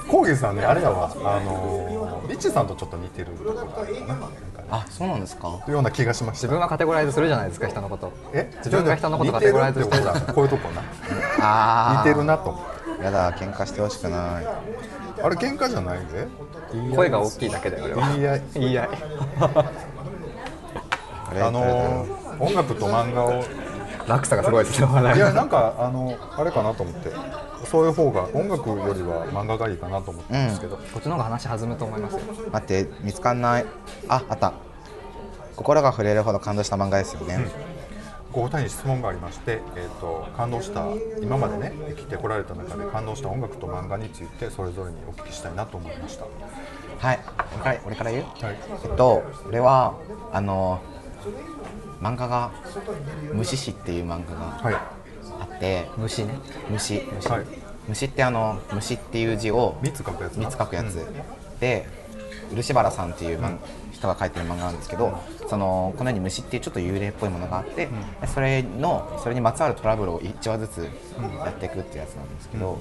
コーギーさんね、あれやわ、リッチさんとちょっと似てるところがあるかな、なんかね、 あ、そうなんですか。 ような気がしました。 自分はカテゴライズするじゃないですか、人のこと。自分が人のことカ似てるテゴライズしてる。 ってことはこういうとこな。 あ似てるなと。 やだ、喧嘩してほしくない。 あれ喧嘩じゃないで。 声が大きいだけだよ、俺は。 言い合い。 言い合い。 音楽と漫画を。 落差がすごいですね、笑い。 いや、なんかあれかなと思って、そういう方が音楽よりは漫画がいいかなと思ったんですけど、 こっちの方が話弾むと思いますよ。 待って、見つかんない。あった。心が触れるほど感動した漫画ですよね。 お二人に質問がありまして、感動した今までね生きてこられた中で感動した音楽と漫画についてそれぞれにお聞きしたいなと思いました。 はい、俺から言う？ はい。 俺は漫画が虫師っていう漫画があって、 虫ね。 虫、 はい、 虫って虫っていう字を 3つ書くやつ。 3つ書くやつ、で漆原さんっていう人が書いてる漫画なんですけど、このように虫っていうちょっと幽霊っぽいものがあって、それにまつわるトラブルを1話ずつやっていくっていうやつなんですけど、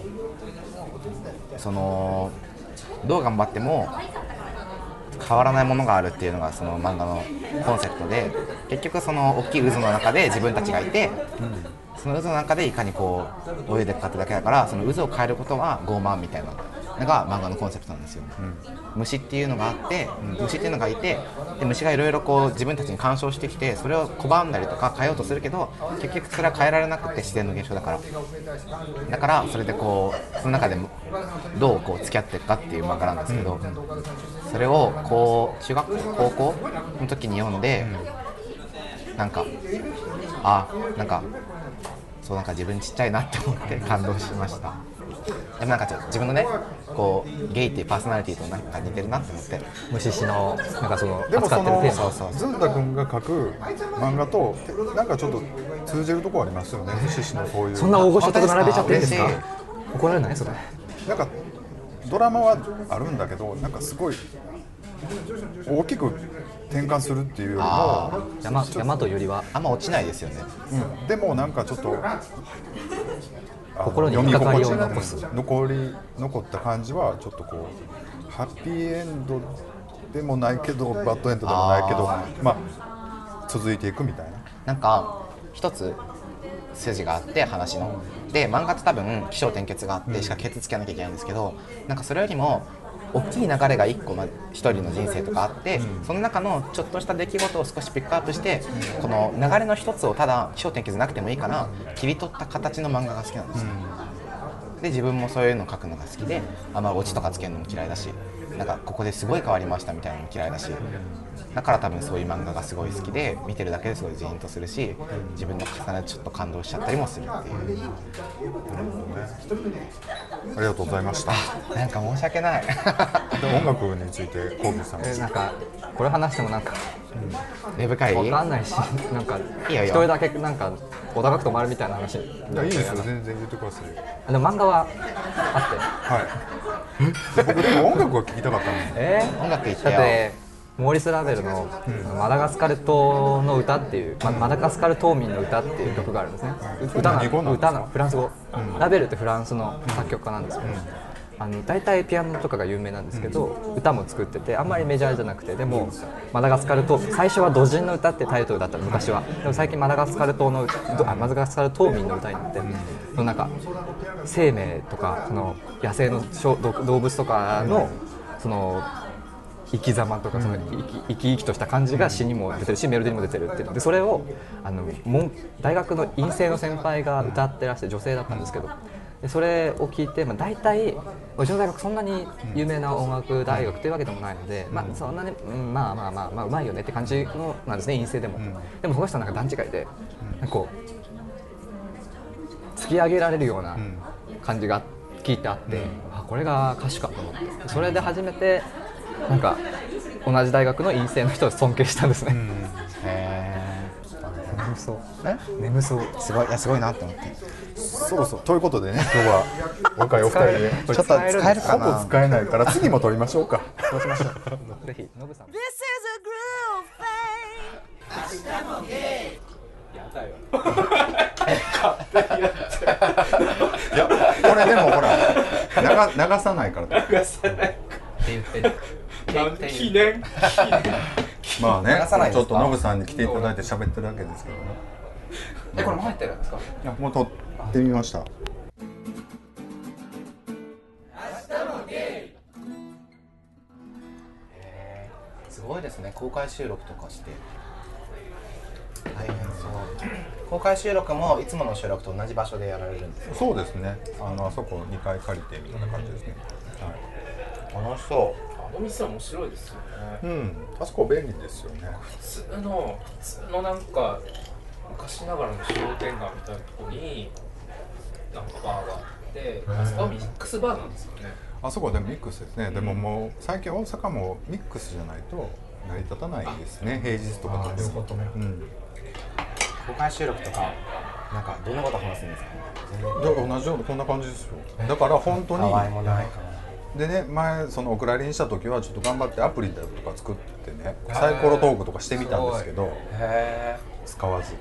どう頑張っても変わらないものがあるっていうのがその漫画のコンセプトで、結局その大きい渦の中で自分たちがいて、その渦の中でいかにこう泳いでいくかってだけだから、その渦を変えることは傲慢みたいなのが漫画のコンセプトなんですよ。虫っていうのがあって、虫っていうのがいて、で虫がいろいろこう自分たちに干渉してきて、それを拒んだりとか変えようとするけど、結局それは変えられなくて、自然の現象だからそれでこうその中でどうこう付き合っていくかっていう漫画なんですけど、それをこう中学校高校の時に読んで、なんか自分ちっちゃいなって思って感動しました。でもなんか自分のね、こうゲイっていうパーソナリティとなんか似てるなって思って、 虫師のなんかそのでも扱ってるテーマ。 ずんだ君が書く漫画となんかちょっと通じるところありますよね。虫師のこういう。 そんな大御所と並べちゃっていいんですか？ 嬉しい。 怒られないそれ。 なんかドラマはあるんだけど、なんかすごい大きく転換するっていうよりも、 山というよりはあんま落ちないですよね。 でもなんかちょっと心に引っかかりを残す。 残った感じはちょっとこうハッピーエンドでもないけどバッドエンドでもないけど、まあ続いていくみたいな。 なんか一つ筋があって、話ので、漫画って多分起承転結があってしかケツつけなきゃいけないんですけど、なんかそれよりも大きい流れが1個、一人の人生とかあって、その中のちょっとした出来事を少しピックアップして、この流れの一つをただ起承転結なくてもいいから切り取った形の漫画が好きなんですよ。で自分もそういうの書くのが好きで、オチとかつけるのも嫌いだし、なんかここですごい変わりましたみたいなのも嫌いだし、だから多分そういう漫画がすごい好きで、見てるだけですごいジーンとするし、自分の重ねてちょっと感動しちゃったりもするっていう。 ありがとうございました。 なんか申し訳ない。 で音楽についてコーギーさんなんかこれ話してもなんか根深い？ 分かんないし、なんかいいよ一人だけなんかお高く止まるみたいな話。いいいですよ、全然言ってください。 でも漫画ははい。僕でも音楽が聴きたかったんで。 音楽言ってよ。 だってモーリス・ラベルのマダガスカル島の歌っていう、マダガスカル島民の歌っていう曲があるんですね。歌なのフランス語、ラベルってフランスの作曲家なんですけど、大体ピアノとかが有名なんですけど、歌も作っててあんまりメジャーじゃなくて、でもマダガスカル島、最初は土人の歌ってタイトルだった昔は。でも最近マダガスカル島のマダガスカル島民の歌になって、そのなんか生命とかその野生の動物とかのその生き様とか、その生き生きとした感じが詩にも出てるしメロディーにも出てるっていうので、それを大学の院生の先輩が歌ってらして、女性だったんですけど、でそれを聞いて、大体うちの大学そんなに有名な音楽大学というわけでもないので、そんなにまあうまいよねって感じのなんですね、院生でも。でもその人はなんか段違いで、なんかこう突き上げられるような感じが聞いてあって、これが歌手かと思って、それで初めてなんか同じ大学の院生の人を尊敬したんですね。眠そう。眠そう。 すごいなって思って。 そうということでね、今日は若いお二人でちょっと使えるかな。 ほぼ使えないから次も撮りましょうか。 そうしましょう。ぜひノブさん。 This is a groove thing. やだよ。 いやこれでもほら流さないから流さないって言ってるなんで記念まあね流さないんですかちょっとノブさんに来ていただいて喋ってるだけですけどねこれも入ってるんですか？ いやもう撮ってみました。 すごいですね、公開収録とかして大変そう公開収録もいつもの収録と同じ場所でやられるんですか？ そうですね、あそこ2階借りてみたいな感じですね。 楽しそあの店面白いですよね。 うんあそこ便利ですよね。 普通のなんか昔ながらの商店街みたいなところになんかバーがあってあそこはミックスバーなんですよね。 あそこでもミックスですね。でももう最近大阪もミックスじゃないと成り立たないですね。平日とかと両方とも。うん。 公開収録とかなんかどんなこと話すんですか？ 同じようなこんな感じですよ。だから本当にたわいもないかでね、前そのお蔵入りにした時はちょっと頑張ってアプリだとか作ってねサイコロトークとかしてみたんですけどへ使わず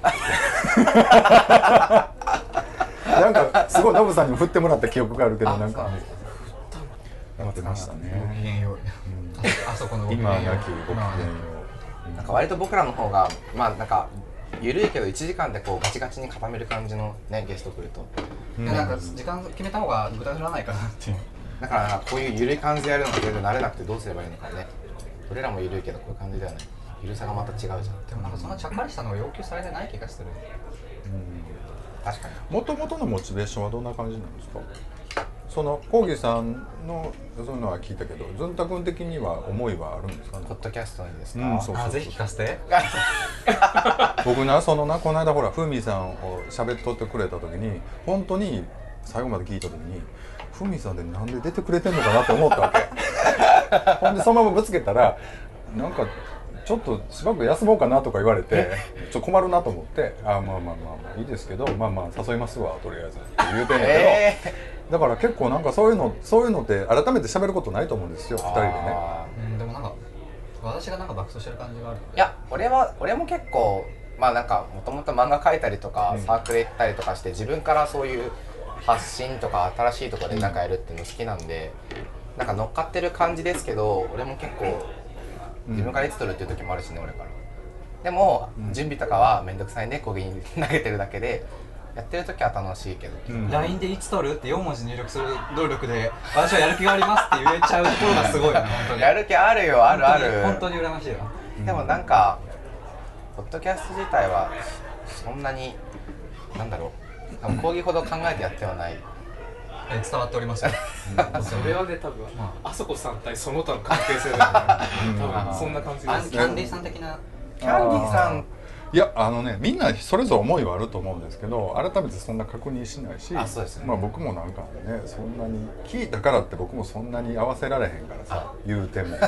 なんかすごいノブさんにも振ってもらった記憶があるけどなんかやってましたね。 ごきげんよう。あそこのごきげんよう。 今はなきごきげんよなんか割と僕らの方がまあなんか緩いけど1時間でこうガチガチに固める感じのねゲスト来るとう。 なんか時間決めた方が無駄じゃないかなっていう。 だからなんかこういう緩い感じでやるのが全然慣れなくてどうすればいいのかね。俺らも緩いけどこういう感じではない。緩さがまた違うじゃん。 でもなんかそんなちゃっかりしたのを要求されてない気がする。 確かに。 もともとのモチベーションはどんな感じなんですか？そのコーギーさんのそういうのは聞いたけど、ずんた君的には思いはあるんですかね？ ポッドキャストにですか？ うんそうあ、ぜひ聞かせて。 僕なこの間ほらふみさんを喋っとってくれた時に本当に最後まで聞いた時にふみさんでなんで出てくれてんのかなって思ったわけほんでそのままぶつけたらなんかちょっとしばらく休もうかなとか言われてちょっと困るなと思ってまあいいですけどまあ誘いますわとりあえずって言うてんやけど、だから結構なんかそういうのって改めて喋ることないと思うんですよ2人でね。 でもなんか私がなんか爆走してる感じがある。 いや俺も結構まあなんかもともと漫画描いたりとか、サークル行ったりとかして自分からそういう発信とか新しいところでなんかやるっていうの好きなんで、なんか乗っかってる感じですけど俺も結構自分からいつ取るっていう時もあるしね俺から。でも、準備とかはめんどくさいねこぎに投げてるだけでやってる時は楽しいけど、 LINE でいつ取るって4文字入力する能力で私はやる気がありますって言えちゃうところがすごいよね本当に。 やる気あるよあるある。 本当に羨ましいよ。 でもなんかポッドキャスト自体はそんなになんだろう多分講義ほど考えてやってはない。 伝わっておりますよ。 それはね多分あそこさん対その他の関係性だよね。多分そんな感じです。 キャンディーさん的な。 キャンディーさんいやみんなそれぞれ思いはあると思うんですけど改めてそんな確認しないし、 そうですね。 まあ僕もなんかねそんなに聞いたからって僕もそんなに合わせられへんからさ言うても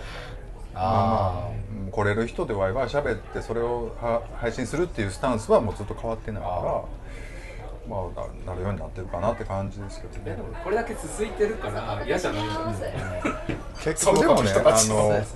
来れる人でワイワイ喋ってそれを配信するっていうスタンスはもうずっと変わってないからまあなるようになってるかなって感じですけどね。 でもこれだけ続いてるから嫌じゃないんだよね。 結構でもねそうですね。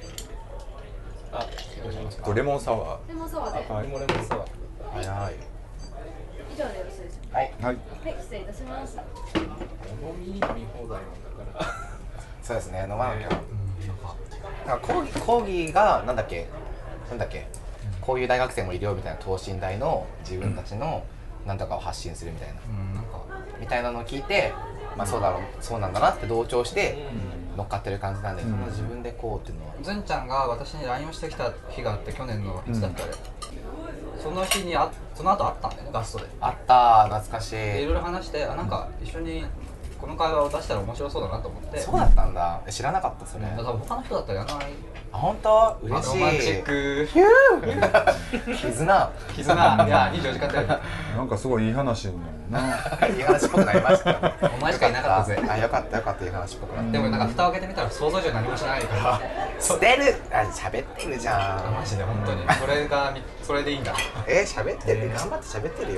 レモンサワレモンサワーで。 はい、もれもさ早い。 以上でよろしいでしょうか。 はい。 ーはいはい、失礼いたします。 お飲み飲み放題なんだからそうですね飲まなきゃ。なんか講義がなんだっけこういう大学生もいるよみたいな等身大の自分たちのなんとかを発信するみたいな、みたいなのを聞いて、まあそうなんだなって同調して乗っかってる感じなんで、その自分でこうっていうのは。 ずんちゃんが私に LINE をしてきた日があって去年のいつだったあれ、その日にその後あったんだよねガストで。 あった懐かしでいい。 ろいろ話してなんか一緒にこの会話を出したら面白そうだなと思って。 そうだったんだ。知らなかったそれ。 だから他の人だったらやらない。 あ本当嬉しい。 ロマンチック絆。 絆。いや24時間テレビ。 なんかすごいいい話になるな。 いい話っぽくなりました。 お前しかいなかったぜ。 あよかったいい話っぽくなって。 でもなんか蓋を開けてみたら想像以上何もしないから。 捨てる喋ってるじゃん。 マジで本当にそれでいいんだ。 喋ってる頑張って喋ってるよ。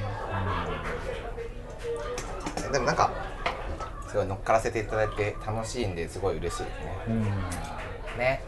でもなんかすごい乗っからせていただいて楽しいんですごい嬉しいですね。ね。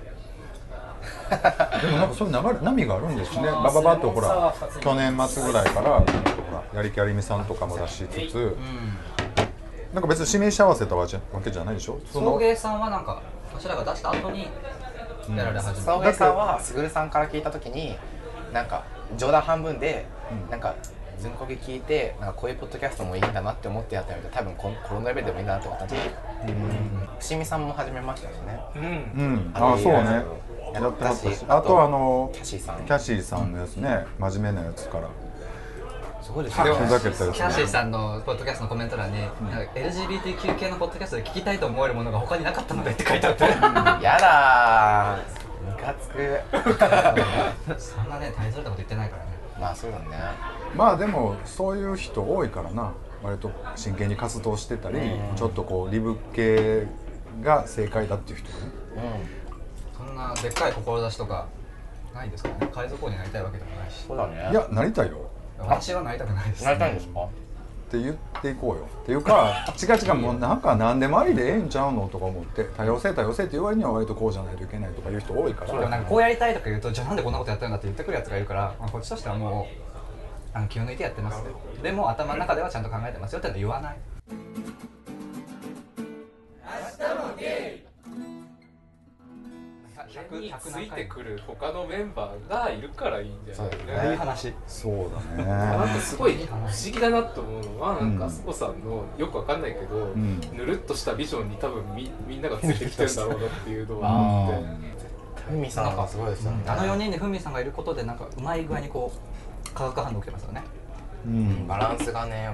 でもなんかそういう波があるんですね。バババッとほら去年末ぐらいからやりきありみさんとかも出しつつ、なんか別に指名し合わせたわけじゃないでしょ。 送迎さんはなんか私らが出した後にやられ始めた。 送迎さんはすぐるさんから聞いたときになんか冗談半分で、なんかずんこぎ聞いてなんかこういうポッドキャストもいいんだなって思ってやったみたいで、多分このレベルでもいいんだなって思ったんじゃないかな。伏見さんも始めましたしね。 あ、そうね、やってはったし、あとキャシーさんキャシーさんのやつね、真面目なやつからすごいですふよざけたやつキャシーさんのポッドキャストのコメント欄に、なんか LGBTQ 系のポッドキャストで聞きたいと思えるものが他になかったのでって書いてあってやだー、ムカつくそんなね大それたこと言ってないからね。 まあそうだね。 まあでもそういう人多いからな、割と真剣に活動してたり、ちょっとこうリブ系が正解だっていう人ね。 そんなでっかい志とかないですかね。海賊王になりたいわけでもないし。 そうだね。 いや、なりたいよ私はなりたくないです。 なりたいんですか？ って言っていこうよっていうか違うもうなんか何でもありでええんちゃうのとか思って、多様性って言う割には割とこうじゃないといけないとかいう人多いかでもなんら、 かこうやりたいとか言うと、じゃあなんでこんなことやってるんだって言ってくるやつがいるから、まあ、こっちとしてはもう気を抜いてやってます。でも頭の中ではちゃんと考えてますよって言わない。 それについてくる他のメンバーがいるからいいんじゃないね。 いい話。 そうだね。 なんかすごい不思議だなと思うのは、なんかあそこさんのよくわかんないけど、ぬるっとしたビジョンに多分みんながついてきてるんだろうなっていうのはあってふみさんがすごいですよね。 あの4人でふみさんがいることでなんかうまい具合にこう化学反応起きてますよね。 バランスがね、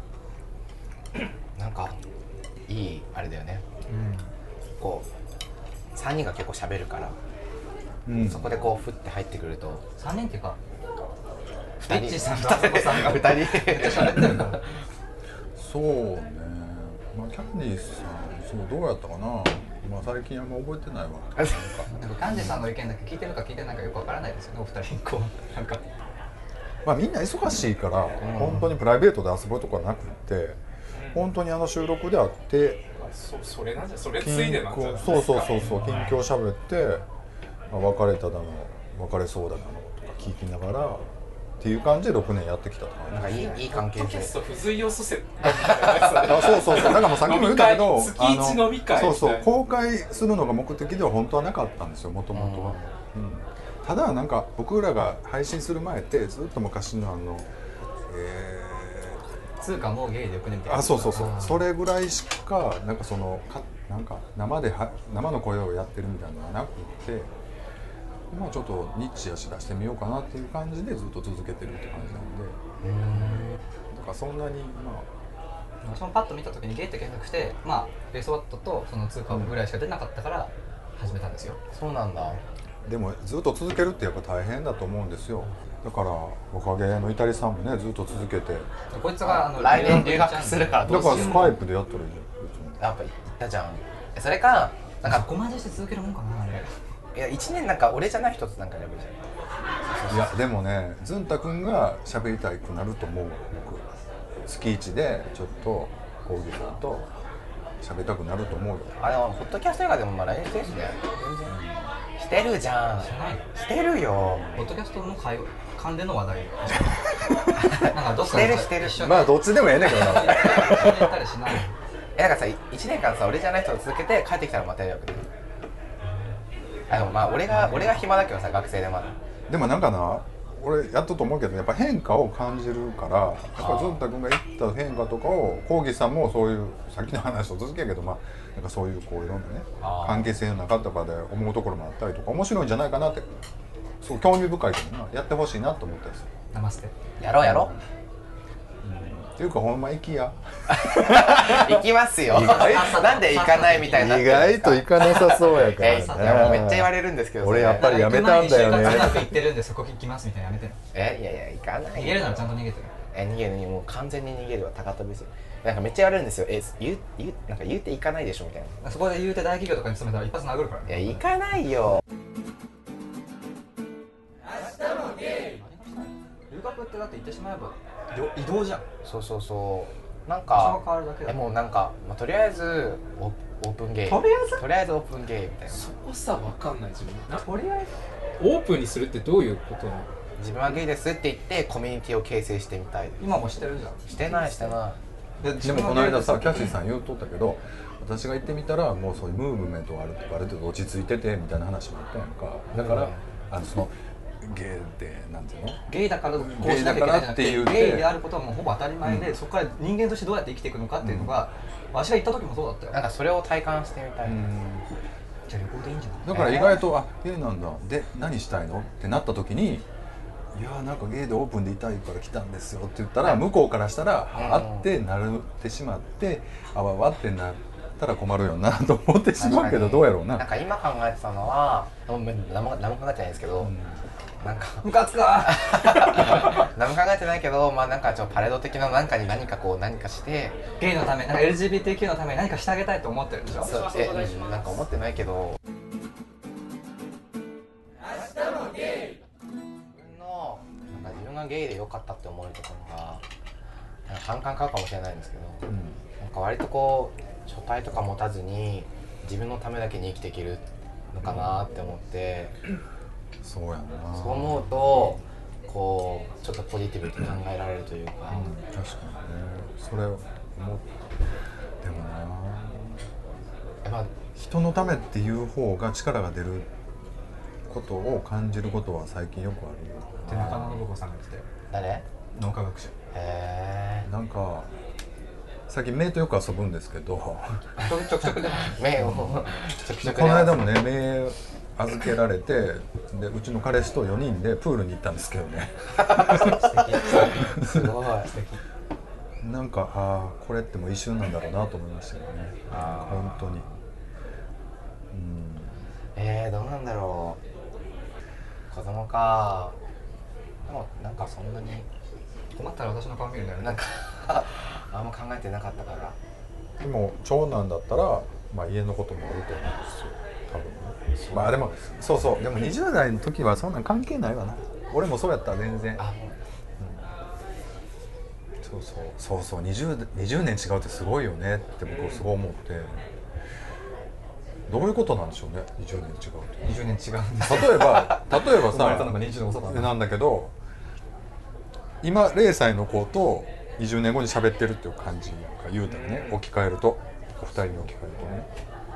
なんかいいあれだよね。こう3人が結構喋るから、そこでこうふって入ってくると 3人っていうか 2 リッチさんとあそこさんが 2人喋ってるからそうね。まあキャンディーさん、そうどうやったかな。まあ最近あんま覚えてないわ。 なんかキャンディさんの意見だけ聞いてるか聞いてないかよくわからないですよね、お二人こうなんか。 まあみんな忙しいから、本当にプライベートで遊ぶとかなくって、本当に収録であって、 それなんじゃ、それついでなんじゃないですか。 そう近況喋って、まあ、別れただの別れそうだのとか聞きながらっていう感じで6年やってきたとかなんかいい関係性。 付随をさせそうだからもうさっきも言ったけど、 月一飲み会そう公開するのが目的では本当はなかったんですよ、もともとは。ただなんか僕らが配信する前ってずっと昔のつうかもうゲイでよくねみたいな。 そうそれぐらいしかなんかなんか生の声をやってるみたいなのがなくて、まあちょっとニッチやし出してみようかなっていう感じでずっと続けてるって感じなんで、だからそんなに私もパッと見た時にゲイって検索して、まあベースワットとその通貨ぐらいしか出なかったから始めたんですよ。 そうなんだ。 でもずっと続けるってやっぱ大変だと思うんですよ。だからおかげのイタリさんもねずっと続けて、 こいつが来年留学するからどだかうしよう。 らスカイプでやったらいいじゃん。 やっぱ言ったじゃん。それかなんかそこまでして続けるもんかなあれ。 いや1年なんか俺じゃない人となんかやればいいじゃん。 いやでもね、ずんたくんが喋りたくなると思う。僕月1でちょっとコウギさんと喋りたくなると思うよ。 でもホットキャスト以外でもまあ LINE してるしね。全然してるじゃん。してるよ。 ポッドキャストの関連の話題なんかどっかしてる一緒にまあどっちでもええねんけどな。 一緒に行ったりしない。 だからさ1年間さ俺じゃない人と続けて帰ってきたらまたやるわけで。でもまあ俺が暇だけどさ、学生でまだ。 でもなんかな、俺やっとと思うけどやっぱ変化を感じるから、やっぱずんたくんが言った変化とかをコウギさんもそういうさっきの話と続けやけど、まあなんかそういうこういろんなね関係性の中とかで思うところもあったりとか面白いんじゃないかなって、そう興味深いけどな、やってほしいなと思ったんですよ。 ナマステ。 やろうっていうかほんま行きや。 行きますよ。なんで行かないみたいになってるんですか。 行かなさそうやからいやもうめっちゃ言われるんですけど。 俺やっぱりやめたんだよね。 うまくいってるんでそこ行きますみたいなやめてよ。 いや行かない。 逃げるならちゃんと逃げてる。 逃げるにもう完全に逃げるわ。高飛びする。なんかめっちゃ言われるんですよ。なんか言うて行かないでしょみたいな。 そこで言うて大企業とかに勤めたら一発殴るからね。 いや行かないよ。 留学ってだって言ってしまえば移動じゃん。 そうなん場所がか変わるだけだ。 もうなんか、とりあえずオープンゲイ。 とりあえずオープンゲイみたいな。 そこさ分かんない自分とりあえずオープンにするってどういうことなの？ 自分はゲイですって言ってコミュニティを形成してみたい。 今もしてるじゃん。 してないしてない。 でもこの間さキャシーさん言うとったけど、私が行ってみたらもうそういうムーブメントがあるとかある程度落ち着いててみたいな話もあったやんか。だからそのゲイってなんていうの、 ゲイだからこうしなきゃいけないじゃなくて、 ゲイだからって言ってゲイであることはもうほぼ当たり前で、そこから人間としてどうやって生きていくのかっていうのが、私が行った時もそうだったよ。 なんかそれを体感してみたい。 じゃあ旅行でいいんじゃない。 だから意外とゲイなんだで何したいのってなった時に、いやーなんかゲイでオープンでいたいから来たんですよって言ったら、向こうからしたらあってなってしまってあわわってなったら困るよなと思ってしまうけど、どうやろうな。 なんか今考えてたのは何も考えてないんですけど、なんかムカつくわ。 何も考えてないけど、まあなんかパレード的ななんかに何かしてゲイのため、なんか LGBTQ のために何かしてあげたいと思ってるでしょ。 そうなんか思ってないけど、自分がゲイで良かったって思えるところがなんか反感買うかもしれないんですけど、なんか割とこう書体とか持たずに自分のためだけに生きていけるのかなって思って、 そうやんな。 そう思うとこうちょっとポジティブに考えられるというか、 確かにね、それを思ってでもな、 まあ人のためっていう方が力が出ることを感じることは最近よくあるよ。 で中野信子さんが来て、 誰？ 脳科学者。 なんか最近メイとよく遊ぶんですけどちょくちょくでも目をちょくちょくこの間もねメイ預けられて、でうちの彼氏と4人でプールに行ったんですけどねすごいなんかこれってもう一瞬なんだろうなと思いましたけどね。本当にどうなんだろう。子供か。でもなんかそんなに困ったら私の顔見るんだよね。 なんかあんま考えてなかったから。 でも長男だったら、まあ、家のこともあると思うんですよ多分ね。まあでもそうでも20代の時はそんなん関係ないわな。俺もそうやったら全然。そう20年違うってすごいよねって僕すごい思って。どういうことなんでしょうね、20年違うって。 20年違うんです。 例えば生まれたのがさ 20年遅かった。 なんだけど、今0歳の子と20年後に喋ってるっていう感じが言うたらね、置き換えるとお二人に置き換えるとね。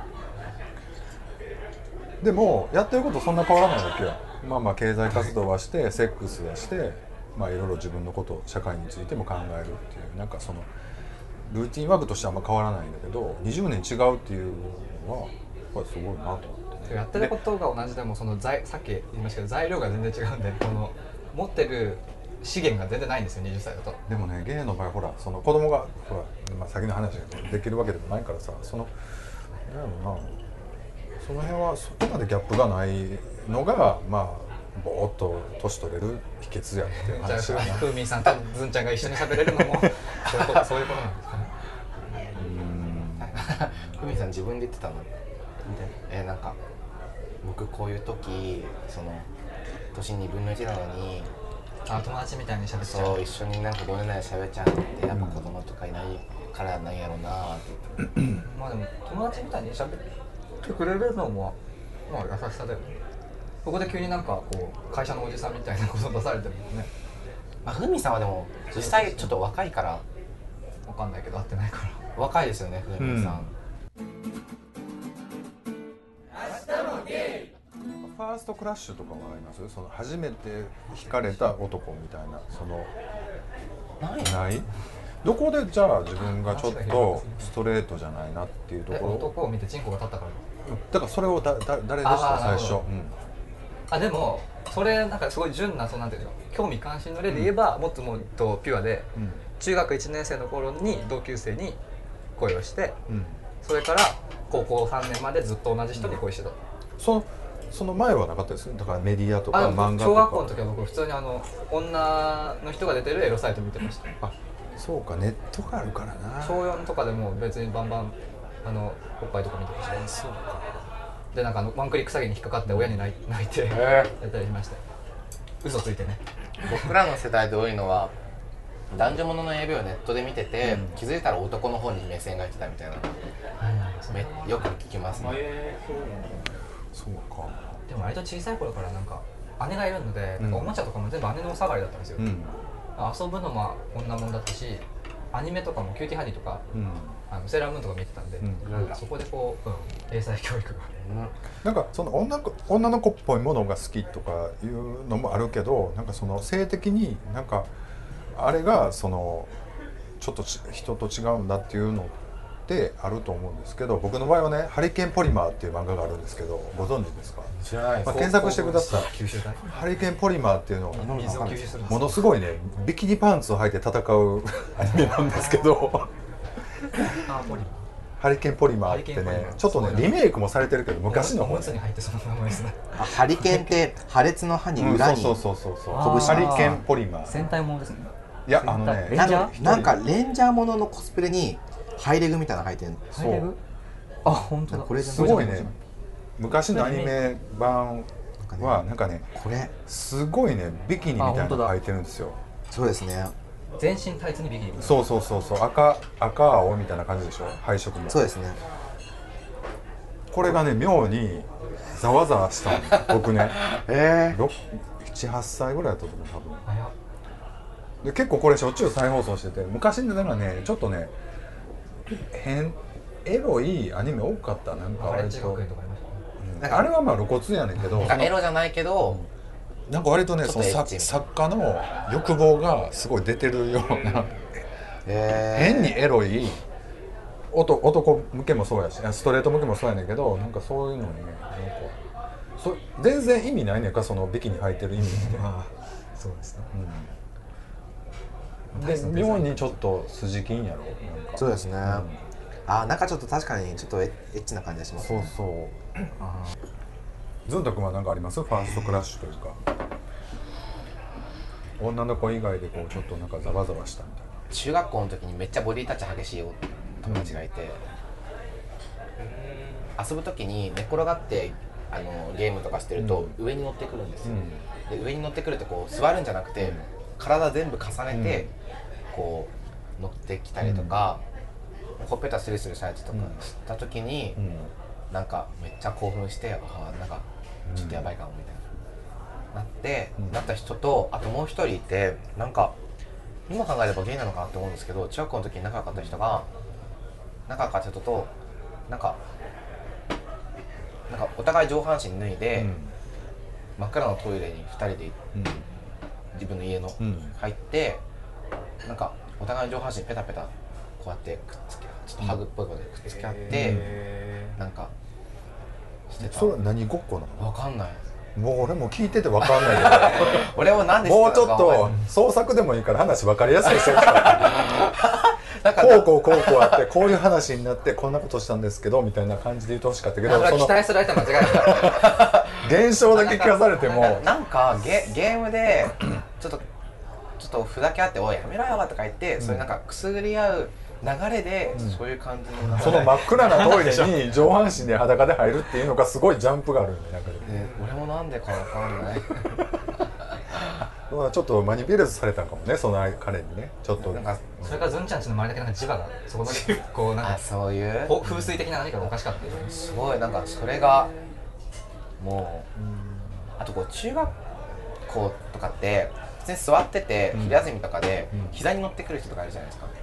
でもやってることそんな変わらないわけよ。まあまあ経済活動はしてセックスはして、まあいろいろ自分のこと社会についても考えるっていう、なんかそのルーティンワークとしてはあんま変わらないんだけど、20年違うっていうのはやっぱりすごいなと思って。 やってることが同じでもさっき言いましたけど材料が全然違うんで、この持ってる資源が全然ないんですよ20歳だと。 でもね、ゲイの場合ほらその子供がほら、まあ、先の話ができるわけでもないからさ、そのその辺はそこまでギャップがないのがまあぼーっと年取れる秘訣やっていう話じゃあやな。 ふうみんさんとずんちゃんが一緒に喋れるのもそういうことなんですかね。 ふみさん自分で言ってたの？なんか僕こういう時その年2分の1なのに友達みたいに喋っちゃう。 そう一緒になんかごめんなさい喋っちゃうのってやっぱ子供とかいないからなんやろうなって言ってまあでも友達みたいに喋ってくれるのもまあ優しさだよね。ここで急になんかこう会社のおじさんみたいなこと出されてもね、 まあふみさんはでも実際ちょっと若いからわかんないけど会ってないから。 若いですよねふみさん、 ファーストクラッシュとかはあります？その初めて惹かれた男みたいな、そのないどこでじゃあ自分がちょっとストレートじゃないなっていうところ。 男を見てチンコが立ったからだからそれを誰でした最初。 でもそれなんかすごい純なそうなんていうの興味関心の例で言えば、もっとピュアで、中学1年生の頃に同級生に恋をして、それから高校3年までずっと同じ人に恋してた。 その前はなかったですね。だからメディアとか漫画とか。 小学校の時は僕普通に女の人が出てるエロサイト見てました。 あ、そうか、ネットがあるからな。 小4とかでも別にバンバンおっぱいとか見てました。 そうか。 でなんかワンクリック詐欺に引っかかって親に泣いてやったりしました。嘘ついてね。 僕らの世代で多いのは男女ものの AV をネットで見てて、気づいたら男の方に目線がいってたみたいな、よく聞きますね。 そうか。 でも割と小さい頃からなんか姉がいるので、なんかおもちゃとかも全部姉のお下がりだったんですよ、 うん遊ぶのも女もんだったし、アニメとかもキューティーハニーとか、セーラームーンとか見てたんで、そこでこう、英才教育が、 なんかその女の子っぽいものが好きとかいうのもあるけど、なんかその性的になんかあれがそのちょっと人と違うんだっていうのってあると思うんですけど、僕の場合はね「ハリケーンポリマー」っていう漫画があるんですけど、ご存知ですか？ 知らないです。 検索してください。 吸収体ハリケーンポリマーっていうのは水を吸収するんですものすごいねビキニパンツを履いて戦うアニメなんですけどハリケーンポリマーってねちょっとねリメイクもされてるけど昔の方おむつに入ってその名前ですね。 ハリケーンって破裂の刃に裏に、 そうハリケーンポリマー。 戦隊ものですね。 いやねレンジャーなんかレンジャーもののコスプレにハイレグみたいなの履いてる。 ハイレグ？あ、本当だ。 これすごいね。昔のアニメ版はなんかねこれすごいねビキニみたいなの履いてるんですよ。 そうですね。 全身タイツにビキニ。 そう赤青みたいな感じでしょ、配色も。 そうですね。 これがね妙にざわざわしたの僕ね78歳ぐらいだったと思う多分。で結構これしょっちゅう再放送してて、昔のなんかねちょっとねエロいアニメ多かった。なんか割とあれはまあ露骨やねんけど、 エロじゃないけど、 なんか割とねその作家の欲望がすごい出てるような変にエロい男向けもそうやしストレート向けもそうやねんけど、なんかそういうのにねなんか全然意味ないねんか、そのビキニ履いてる意味って。 そうですね。 で妙にちょっと筋金やろ。なんかそうですね。なんかちょっと確かにちょっとエッチな感じがします。 ずんとくんは何かあります？ファーストクラッシュというか女の子以外でこうちょっとなんかざわざわしたみたいな。 中学校の時にめっちゃボディタッチ激しい友達がいて、遊ぶ時に寝転がってゲームとかしてると上に乗ってくるんですよ。で上に乗ってくるとこう座るんじゃなくて体全部重ねてこう乗ってきたりとか、ほっぺたスリスリされてとかした時に、なんかめっちゃ興奮して、なんかちょっとやばいかもみたいななった人と、あともう一人いて、なんか今考えればゲイなのかなって思うんですけど、中学校の時に仲良かった人となんかお互い上半身脱いで、真っ暗なトイレに2人で、自分の家の入って、なんかお互いの上半身ペタペタこうやってくっつけ、ちょっとハグっぽいことでくっつけ合って、なんかしてた。 それは何ごっこなの？ わかんない。 もう俺も聞いててわかんないけど俺も何でもうちょっと創作でもいいから話分かりやすくしてほしかったこうあってこういう話になってこんなことしたんですけどみたいな感じで言ってほしかったけど、 期待する相手間違えた。 現象だけ聞かされてもなんかゲームでちょっとふざけ合って「おいやめろよ」とか言って、そういうなんかくすぐり合う流れで、そういう感じのその真っ暗なトイレに上半身で裸で入るっていうのがすごいジャンプがあるんで、なんか俺もなんでかわかんないちょっとマニピュレートされたんかもね、その彼にね。ちょっとなんかそれからズンちゃんちの周りだけなんか磁場がそこだけこうなんかそういう風水的な何かがおかしかったよね。 すごいなんかそれがもう、あとこう中学校とかって普通に座ってて、昼休みとかで膝に乗ってくる人とかいるじゃないですか。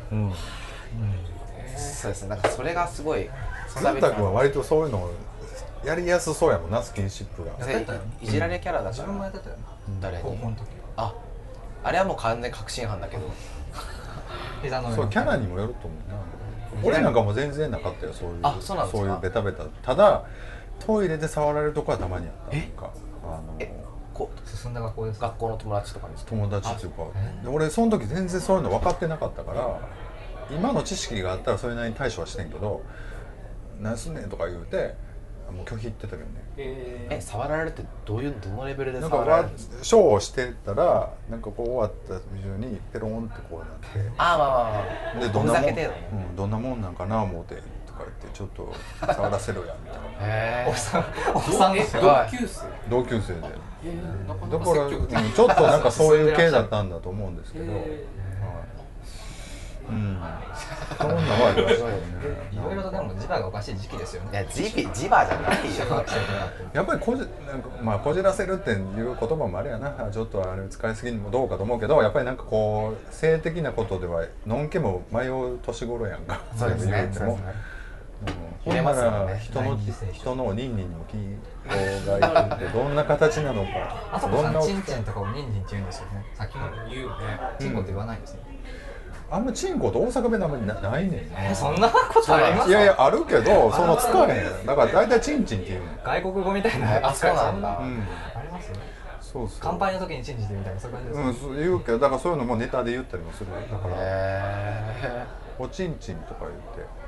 そうですね。なんかそれがすごい。 ズンタ君は割とそういうのやりやすそうやもんな、スキンシップが。 いじられキャラだから。 自分もやってたよね。 誰に？ 高校の時。 あれはもう完全確信犯だけど。 膝の上。 そうキャラにもよると思うな。俺なんかも全然なかったよ、そういうそうなんですか？ そういうベタベタ。ただトイレで触られるとこはたまにあった。なんか進んだ学校ですか？ 学校の友達とかに友達っていうか、で俺その時全然そういうの分かってなかったから、今の知識があったらそれなりに対処はしてんけど、何すんねんとか言うてもう拒否言ってたけどね。 触られるってどのレベルでなん触られるかんですか？ ショーをしてたらなんかこう終わった途中にペロンってこうなって、 まあでどんなもん、 おふざけ程度どんなもんなんかな思うてとか言ってちょっと触らせろやみたいな。 おっさんですよ。 同級生で。だからちょっとなんかそういう系だったんだと思うんですけど、 そんなはありましたよね。 いろいろとでも磁場がおかしい時期ですよね。 いや磁場じゃないよ。 やっぱりなんかまあこじらせるっていう言葉もあれやな、ちょっとあれ使いすぎるのもどうかと思うけど、やっぱりなんかこう性的なことではのんけも迷う年頃やんか。 そうですね。 言うても入れますもんね。 人のおにんにんにも気候がいくってどんな形なのか。 あそこさんチンチンとかをニンニンって言うんですよね。さっきの言うね。 チンコって言わないんですね。 あんまチンコと大阪弁あんまりないねんね。 そんなことあります？ いやいやあるけどその使わへん。だから大体チンチンって言うの。 外国語みたいな。 あ、そうなんだ。 あります？ そうそう。 乾杯の時にチンチンってみたいなそういう感じですか？ 言うけどだからそういうのもネタで言ったりもする。だからへおちんちんとか言って。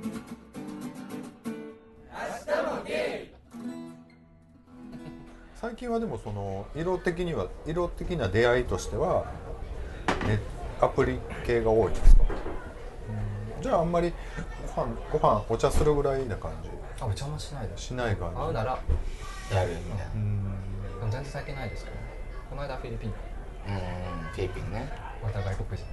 最近はでもその色的な出会いとしては、ね、アプリ系が多いですか？じゃああんまりご飯お茶するぐらいな感じあ、お茶もしないです。 しない感じ。 会うならやるみたいな。 でも全然最近ないですけどね。この間フィリピン、 フィリピンね。 また外国人。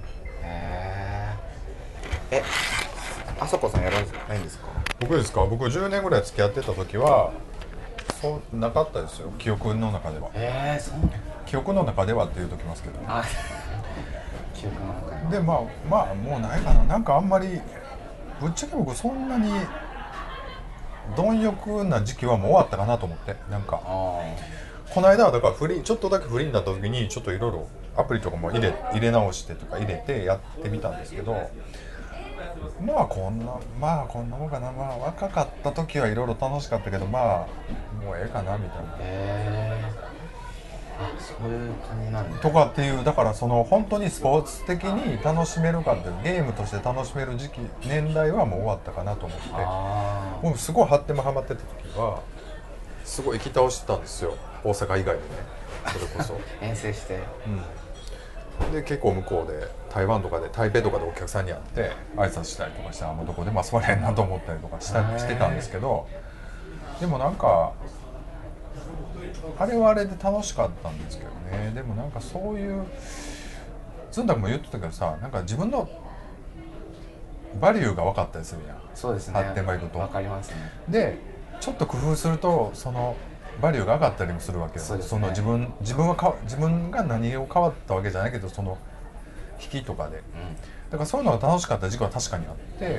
あそこさんやらないんですか？ 僕ですか？僕10年ぐらい付き合ってた時はそうなかったですよ。記憶の中では。 そう。 記憶の中ではって言うときますけど。 あ、記憶の中でまあもうないかな。なんかあんまりぶっちゃけ僕そんなに貪欲な時期はもう終わったかなと思って。なんかこの間はだからちょっとだけフリーになった時にちょっといろいろアプリとかも入れ直してとか入れてやってみたんですけど、まあこんなもんかな。まあ若かった時はいろいろ楽しかったけど、まあもうええかなみたいな。 そういう感じなんだ。 とかっていう、だからその本当にスポーツ的に楽しめるかっていうゲームとして楽しめる年代はもう終わったかなと思って、僕すごいハマってた時はすごい行き倒してたんですよ、大阪以外でね。それこそ遠征して、 で結構向こうで台湾とかで台北とかでお客さんに会って挨拶したりとかして、もうどこでも遊ばれへんなと思ったりとかしてたんですけど、でもなんかあれはあれで楽しかったんですけどね。でもなんかそういうずんたくも言ってたけどさ、なんか自分のバリューが分かったりするやん。 そうですね。 発展場行くと分かりますね。 でちょっと工夫するとそのバリューが上がったりもするわけよ。 そうですね。 その自分が何を変わったわけじゃないけど、その引きとかで、だからそういうのが楽しかった時期は確かにあって、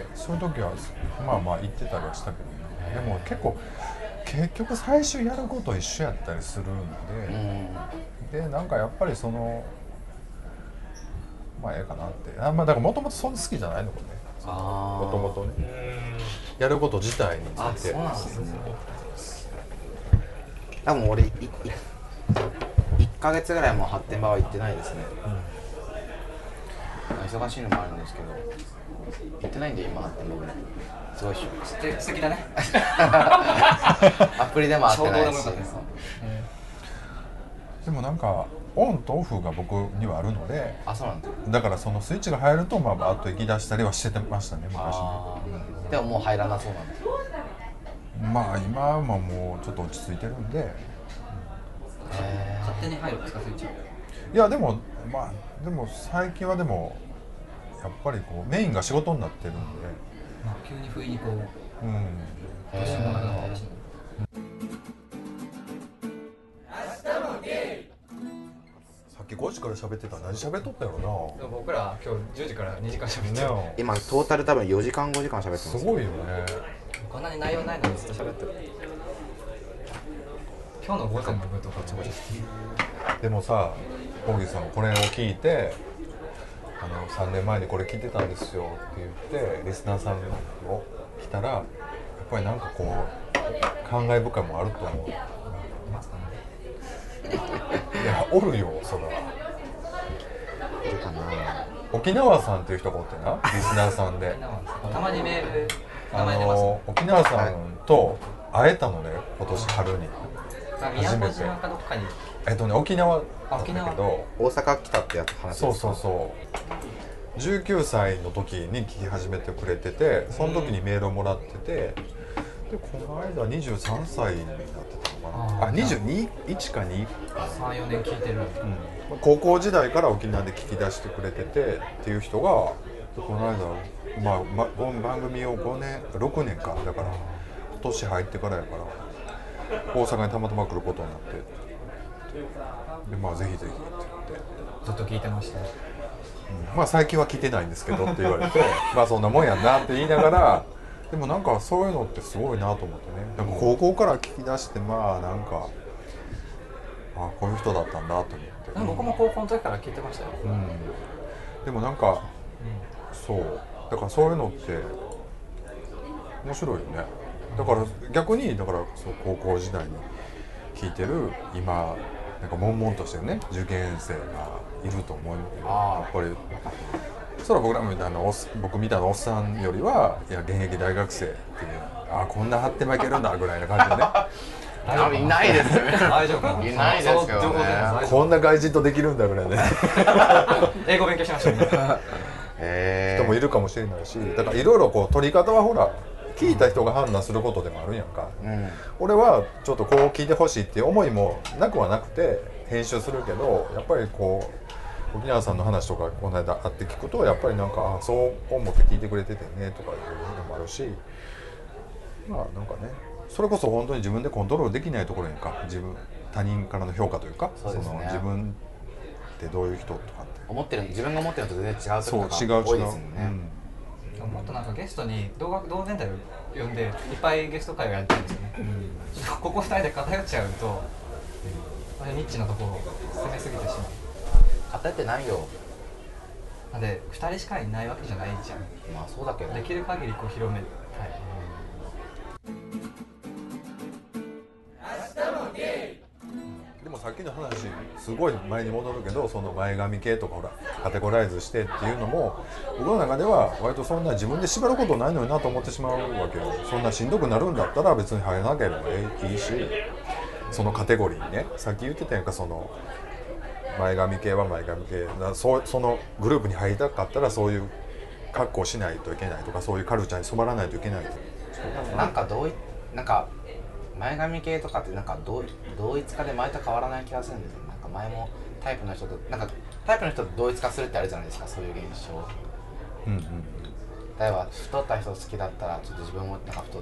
そういう時はまあ行ってたりはしたけどね。でも結局最終やること一緒やったりするんで、でなんかやっぱりそのまあええかなって。だからもともとそんな好きじゃないのかね。もともとねやること自体について。 そうなんですね。多分俺1ヶ月ぐらいもう発展場は行ってないですね。忙しいのもあるんですけど行ってないんで今発展場ぐらい。すごいっしょ。 素敵だね。 アプリでも会ってないし。 でもなんかオンとオフが僕にはあるので、 そうなんだ。 だからそのスイッチが入るとバーッと行き出したりはしてましたね、昔。 でももう入らなそうなんですよ。 まあ今はもうちょっと落ち着いてるんで、 勝手に入るんですか、スイッチ。 いやでも最近はでもやっぱりこうメインが仕事になってるんで、 急に不意にこううん、 どうしようもなくなってましたね。 さっき5時から喋ってたら何喋っとったやろでも僕ら今日10時から2時間喋ってる。 な。ね今トータル多分4時間5時間喋ってますす。 ごいよね。 こんなに内容ないのにずっと喋ってる。今日の午前の部とかもでもさ、コーギーさんこれを聞いて3年前にこれ聞いてたんですよって言ってリスナーさんを来たら、やっぱりなんかこう感慨深いもあると思う。いやおるよ、そら。 いるかな。 沖縄さんっていう人がおってな、リスナーさんでたまにメール名前出ますね。 沖縄さんと会えたのね、今年春に。 宮古島かどっかに沖縄だったけど、 大阪来たってやつ話ですか？ そう19歳の時に聞き始めてくれてて、その時にメールをもらってて、でこの間23歳になってたのかな。22、1か2、 3、4年聞いてる。 高校時代から沖縄で聞き出してくれててっていう人がこの間この番組を6年かだから今年入ってからやから大阪にたまたま来ることになってでぜひぜひって言ってずっと聞いてました。 最近は来てないんですけどって言われてそんなもんやんなって言いながらでもなんかそういうのってすごいなと思ってねなんか高校から聞き出してなんかこういう人だったんだと思って僕も高校の時から聞いてましたよ。 でもなんか、そうだからそういうのって面白いよね。だから逆にそう高校時代に聞いてる今なんか悶々としてるね受験生がいると思うよ。やっぱりそら僕らみたいな僕みたいなおっさんよりはいや現役大学生っていうこんな張って負けるんだぐらいな感じでねいないですよね。 大丈夫かな。 いないですよね。 こんな外人とできるんだぐらいね英語勉強しましたね。 人もいるかもしれないしだからいろいろ取り方はほら聞いた人が判断することでもあるんやんか、俺はちょっとこう聞いてほしいっていう思いもなくはなくて編集するけどやっぱり沖縄さんの話とかこの間会って聞くとやっぱりなんかそう思って聞いてくれててねとかいうのもあるしなんかねそれこそ本当に自分でコントロールできないところやんか他人からの評価というかそうですね、 自分ってどういう人とかって自分が思ってるのと全然違うところが違う多いですよね。 もっとなんかゲストに同年代を呼んでいっぱいゲスト会をやりたいんですよね。ここ2人で偏っちゃうとニッチなところを攻めすぎてしまう。 偏ってないよ。 なんで2人しかいないわけじゃないじゃん。 そうだけどできる限り広めたい。 でもさっきの話すごい前に戻るけどその前髪系とかほらカテゴライズしてっていうのも僕の中では割とそんな自分で縛ることないのになと思ってしまうわけよ。そんなしんどくなるんだったら別に入らなければいいしそのカテゴリーにねさっき言ってたやんかその前髪系は前髪系そのグループに入りたかったらそういう格好しないといけないとかそういうカルチャーに染まらないといけないとなんか前髪系とかってなんか同一化で前と変わらない気がするんですよ。なんか前もタイプの人と同一化するってあるじゃないですか、そういう現象。例えば太った人好きだったらちょっと自分もなんか太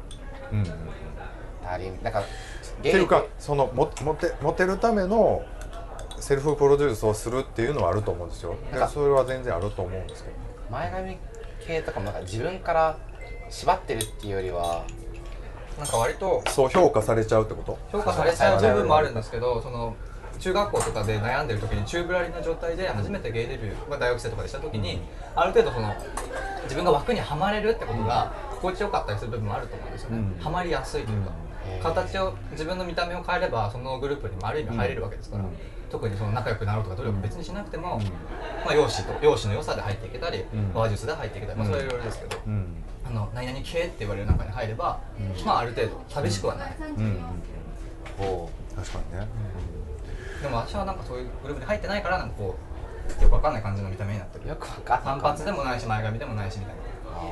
ったりなんかっていうかそのモテるためのセルフプロデュースをするっていうのはあると思うんですよ。それは全然あると思うんですけど前髪系とかもなんか自分から縛ってるっていうよりはなんか割とそう評価されちゃうってこと？ 評価されちゃう部分もあるんですけど、その中学校とかで悩んでる時に宙ぶらりの状態で初めてゲイデビュー、大学生とかでした時に、ある程度その自分が枠にはまれるってことが心地よかったりする部分もあると思うんですよね。はまりやすいというか、形を自分の見た目を変えればそのグループにもある意味入れるわけですから、特にその仲良くなろうとか努力別にしなくても、容姿の良さで入っていけたり、話術で入っていけたり、それはいろいろですけど、何々系って言われる中に入れば、ある程度寂しくはない。 確かにね。 でも私はなんかそういうグループに入ってないからなんかこうよくわかんない感じの見た目になってる。 よくわかんない。 単発でもないし前髪でもないしみたいな。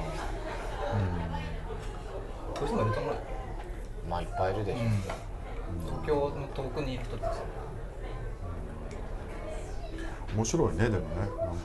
そういう人もいると思う。 いっぱいいるでしょ。 東京の遠くにいる人ですよ。 面白いねでもね。なんか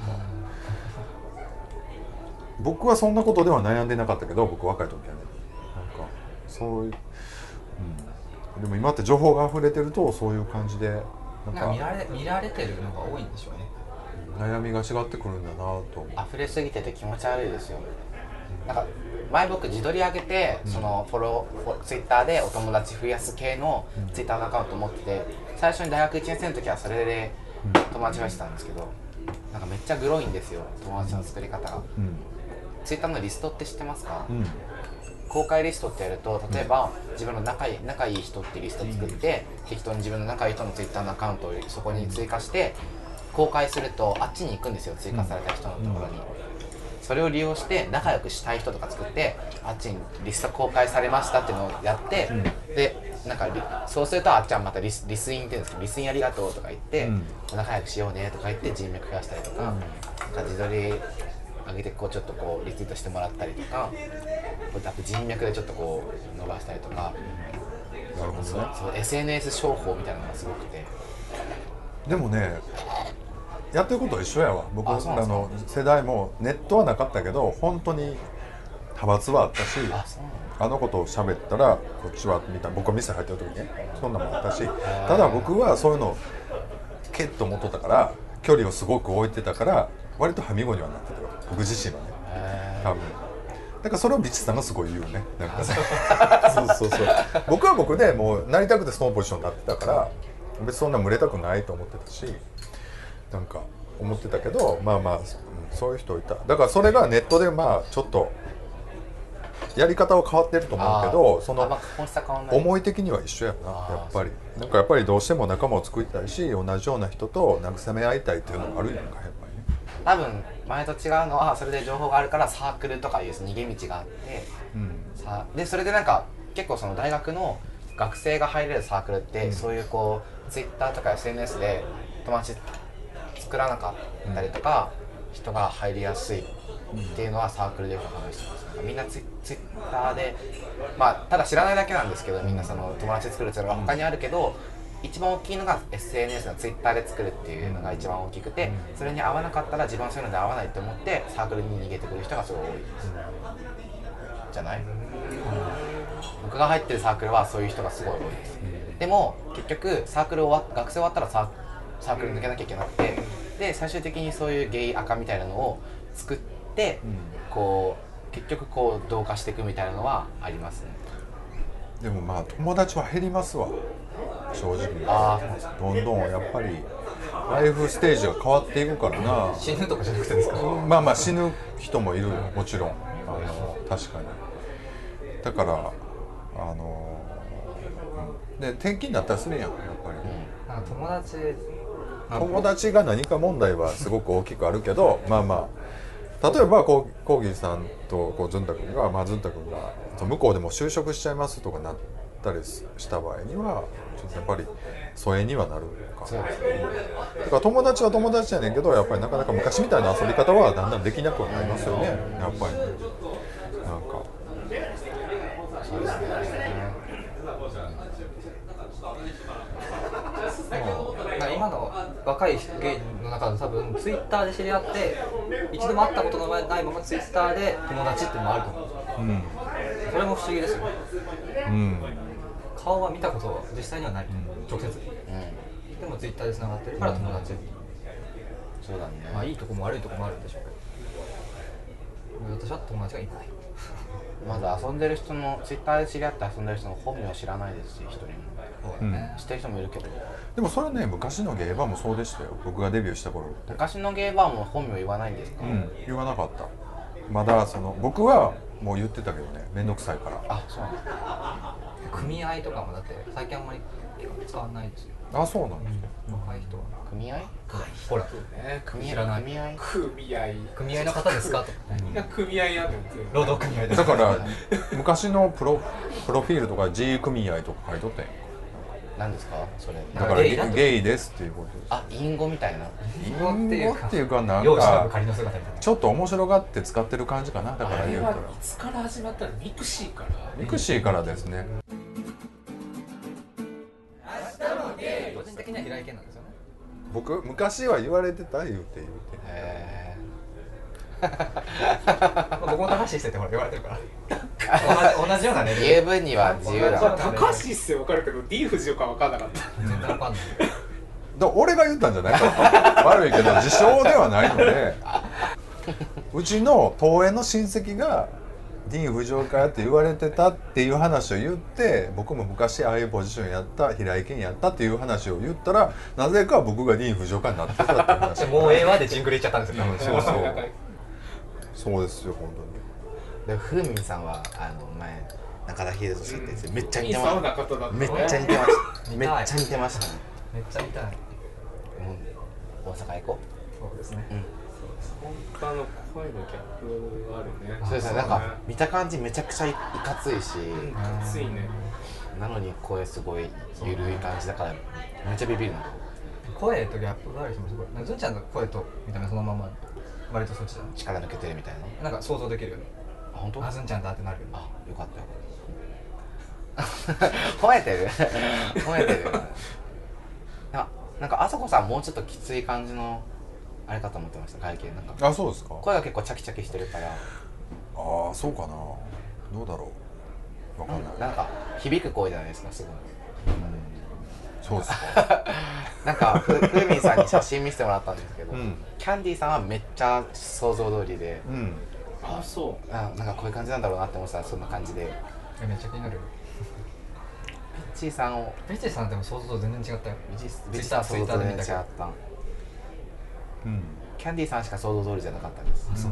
僕はそんなことでは悩んでなかったけど、僕若い時はね。なんかそういう、でも今って情報が溢れてるとそういう感じでなんか見られてるのが多いんでしょうね。 悩みが違ってくるんだなと。 溢れすぎてて気持ち悪いですよ。なんか前僕自撮り上げて、そのツイッターでお友達増やす系のツイッターのアカウント持ってて、最初に大学1年生の時はそれで友達増やしてたんですけど、なんかめっちゃグロいんですよ、友達の作り方が。ツイッターのリストって知ってますか？公開リストってやると、例えば自分の仲いい人ってリスト作って、適当に自分の仲いい人のツイッターのアカウントをそこに追加して公開すると、あっちに行くんですよ、追加された人のところに。それを利用して仲良くしたい人とか作って、あっちにリスト公開されましたっていうのをやって、でなんかそうするとあっちはまたリスインって言うんですけど、リスインありがとうとか言って、仲良くしようねとか言って人脈増やしたりとか、なんか自撮り上げてこうちょっとこうリツイートしてもらったりとか、あと人脈でちょっとこう伸ばしたりとか、 なるほどね。 そう SNS 商法みたいなのがすごくて。 でもね、 やってることは一緒やわ。僕あそうなんですかの世代もネットはなかったけど本当に派閥はあったし、あのことを喋ったらこっちはみたいな、僕は店入ってる時にねそんなのもあったし、ただ僕はそういうのケッと持っとったから距離をすごく置いてたから割とはみごにはなってたよ、僕自身はね。多分だからそれをビチさんがすごい言うね、なんかそう僕は僕でもうなりたくてそのポジションになってたから別にそんな群れたくないと思ってたし、なんか思ってたけど、まあまあ、そういう人いた。だからそれがネットでまあちょっとやり方は変わってると思うけど、その思い的には一緒やな。やっぱりなんかやっぱりどうしても仲間を作りたいし、同じような人と慰め合いたいっていうのもあるやんか、やっぱりね。 多分前と違うのはそれで情報があるからサークルとかいう逃げ道があって、でそれでなんか結構その大学の学生が入れるサークルって、そういうこう Twitter とか SNS で友達作らなかったりとか、人が入りやすいっていうのはサークルでよく話してます。みんなツイッターで、まあただ知らないだけなんですけど、みんなその友達作るっていうのが他にあるけど、一番大きいのが SNS のツイッターで作るっていうのが一番大きくて、それに合わなかったら自分はそういうので合わないと思ってサークルに逃げてくる人がすごい多いです、じゃない、僕が入ってるサークルはそういう人がすごい多いです、でも結局学生終わったらサークル抜けなきゃいけなくて、で最終的にそういうゲイアカみたいなのを作って、こう結局こう同化していくみたいなのはありますね。 でもまあ友達は減りますわ、正直。どんどんやっぱりライフステージが変わっていくからな。 死ぬとかじゃなくてですか？ まあまあ死ぬ人もいるよ、もちろん。確かに。だからで転勤になったらするやん、やっぱり。 なんか友達が何か問題はすごく大きくあるけど、まあまあ例えばコーギーさんとズンタ君が、ズンタ君が向こうでも就職しちゃいますとかなったりした場合にはちょっとやっぱり疎遠にはなるか。そうですね。だから友達は友達やねんけど、やっぱりなかなか昔みたいな遊び方はだんだんできなくはなりますよね、やっぱり。なんかそうですね。 今の若い芸の中で多分ツイッターで知り合って一度も会ったことのないままツイッターで友達っていうのもあると思うんですよ、それも不思議ですよね、顔は見たことは実際にはない、直接、でもツイッターでつながってるから友達、 そうだね。 まあいいとこも悪いとこもあるんでしょうけど、私は友達がいない。 まず遊んでる人のツイッターで知り合って遊んでる人の本名は知らないですし、一人も知ってる人もいるけど、 でもそれね、昔のゲーバーもそうでしたよ。僕がデビューした頃って。 昔のゲーバーも本名言わないんですか？ 言わなかった。まだ僕はもう言ってたけどね、めんどくさいから。 あ、そうなんですか。 組合とかもだって最近あんまり使わないですよ。 あ、そうなんですか。 若い人は組合？ ほら、 組合の方ですかと。 組合やるんですよ。 労働組合です。 だから昔のプロフィールとか G 組合とか書いとったんや。 何ですかそれ？ だからゲイですっていうことです。 あ、隠語みたいな。 隠語っていうかなん容姿のか仮の姿みたいな。 ちょっと面白がって使ってる感じかな。だから言うたら。 いつから始まったの？ミクシーから。 ミクシーからですね。 個人的には平井堅なんですよね。 僕昔は言われてた言うて。 僕も高橋一生ってほら言われてるから同じようなね。 言う分には自由だ。 高橋一生分かるけど D 藤岡分かんなかった。 全然わかんない。 俺が言ったんじゃない悪いけど自称ではないので、うちの東園の親戚がディーン・フジオカやって言われてたっていう話を言って、僕も昔ああいうポジションやった平井堅やったっていう話を言ったら、なぜか僕がディーン・フジオカになってたっていう話。 もうええわでジングルいっちゃったんですよ。 そうですよ本当に。 でふうみんさんは前中田秀俊ってめっちゃ似てまサウしナ方だった。 めっちゃ似てましためっちゃ似てましたね。 めっちゃ見たい。 大阪行こそうですね。 他の声のギャップあるね。 う。そうですね。なんか見た感じめちゃくちゃいかついし、 きついね。 なのに声すごいゆるい感じだからめっちゃビビるの。 声とギャップがある人もすごい。なんかずんちゃんの声と見た目そのまま割とそっちだね。 力抜けてるみたいな。 なんか想像できるよね。 あ、本当？ あずんちゃんだってなるよね。 あ、よかったよ。褒めてる褒めてる。なんかあさこさんもうちょっときつい感じのあれかと思ってました、外見なんかあ、そうですか。 声が結構チャキチャキしてるからああ、そうかな。どうだろう。わかんない。 なんか響く声じゃないですか、すごい。 そうですか。 なんかふーみんさんに写真見せてもらったんですけど、 うんキャンディーさんはめっちゃ想像通りで、 うん。 あ、そうなんかこういう感じなんだろうなって思ってたらそんな感じで、 めっちゃ気になる。 ピッチーさんをペチさんでも想像と全然違ったよ。 ビジター想像と全然違った。 うん。 キャンディーさんしか想像通りじゃなかったです。 そう。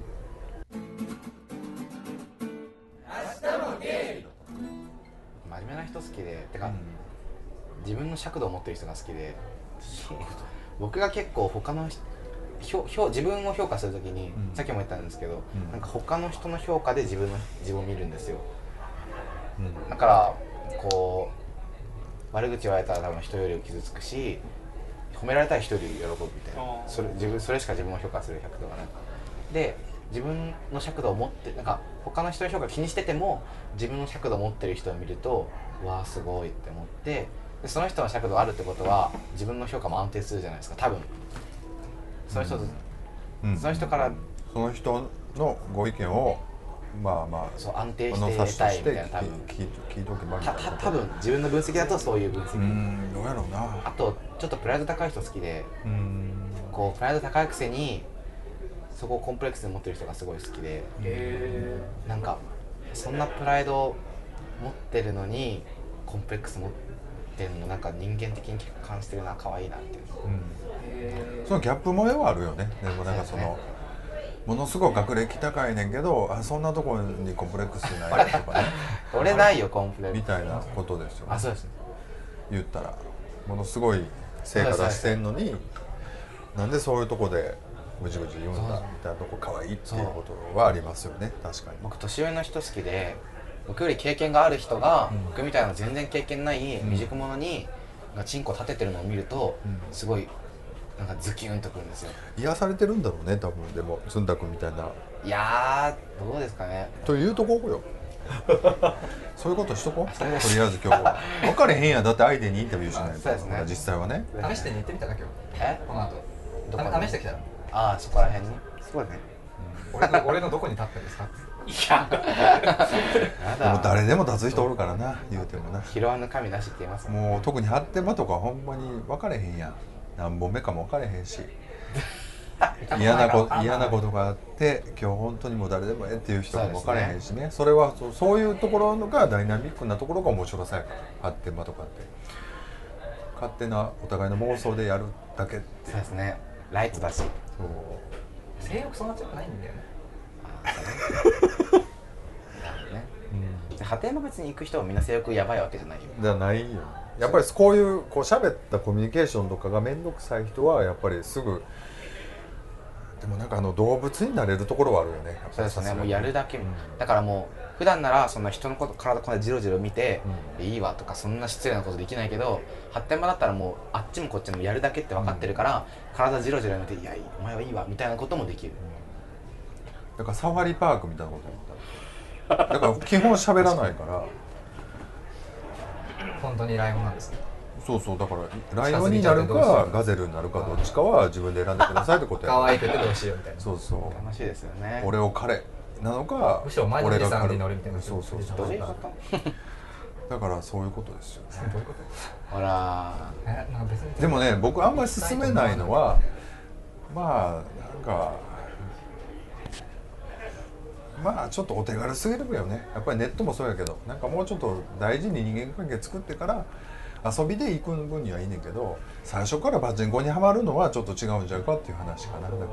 真面目な人好きで、てか、自分の尺度を持ってる人が好きで、僕が結構他の自分を評価するときに、さっきも言ったんですけど、なんか他の人の評価で自分を見るんですよ。だからこう悪口言われたら多分人より傷つくし、褒められたら人より喜ぶみたいな、それしか自分を評価する尺度がないで、自分の尺度を持ってなんか他の人の評価気にしてても自分の尺度を持ってる人を見ると、わあすごいって思って、でその人の尺度あるってことは自分の評価も安定するじゃないですか、多分その人と、その人からその人のご意見をまあまあそう安定してたいみたいな、多分聞いとけばみたいなこと。 多分自分の分析だとそういう分析。 どうやろうな。 あとちょっとプライド高い人好きで、こうプライド高いくせにそこをコンプレックスで持ってる人がすごい好きで、なんかそんなプライド持ってるのにコンプレックス持ってるのなんか人間的に客観してるな、可愛いなっていう、 そのギャップ萌えはあるよね。でもなんかそのものすごい学歴高いねんけど、そんなところにコンプレックスないとかね俺ないよコンプレックスみたいなことですよね。 あ、そうですね。 言ったらものすごい成果出してんのに、なんでそういうとこでぐじぐじ言うんだみたいなとこ可愛いっていうことはありますよね。確かに僕年上の人好きで、僕より経験がある人が、僕みたいな全然経験ない未熟者にチンコ立ててるのを見ると、すごいなんかズキュンとくるんですよ。 癒されてるんだろうね、多分。でもずんだくんみたいな。 いやーどうですかね。 というとこよそういうことしとこう、とりあえず今日は分かれへんやん。だって相手にインタビューしないと。 そうですね、 実際はね。 試して寝てみたら今日。この後。 どこに試してきたら。 ああ、そこら辺に。そうですね。 俺のどこに立ってるんですか。 でも誰でも立つ人おるからな、言うてもな。 拾わぬ神なしって言いますもん。 もう特に発展場とかほんまに分かれへんやん。何本目かも分かれへんし嫌なことがあって、今日本当にもう誰でもええっていう人も分かれへんしね。それはそういうところがダイナミックなところが面白さやから。発展場とかって勝手なお互いの妄想でやるだけって。 そうですね、ライトだし。 性欲そんな強くないんだよね。 家庭も別に行く人はみんな性欲やばいわけじゃないよ。 じゃないよ。やっぱりこういう喋ったコミュニケーションとかが面倒くさい人はやっぱりすぐ。でもなんか動物になれるところはあるよね。 そうですね、もうやるだけ、だからもう普段ならそんな人のこと体こんなジロジロ見て、いいわとかそんな失礼なことできないけど、発展場だったらもうあっちもこっちもやるだけって分かってるから、体ジロジロ見て、いやお前はいいわみたいなこともできる。 だからサファリパークみたいなこと言った。だから基本喋らないから。 本当にライオンなんですね。 そうそう、だからライオンになるかガゼルになるかどっちかは自分で選んでくださいってことや。 可愛くてどうしようみたいな。 そうそう。 楽しいですよね。 俺を彼なのか、 むしろお前のおじさんに乗るみたいな。 そうそうそう。 どういうこと？ だからそういうことですよね。 どういうこと？ ほらなんか別にでもね、僕あんまり勧めないのは、まあなんかまあちょっとお手軽すぎるよね。やっぱりネットもそうやけど、なんかもうちょっと大事に人間関係作ってから遊びで行く分にはいいねんけど、最初からパチンコにはまるのはちょっと違うんじゃないかっていう話かな。だから言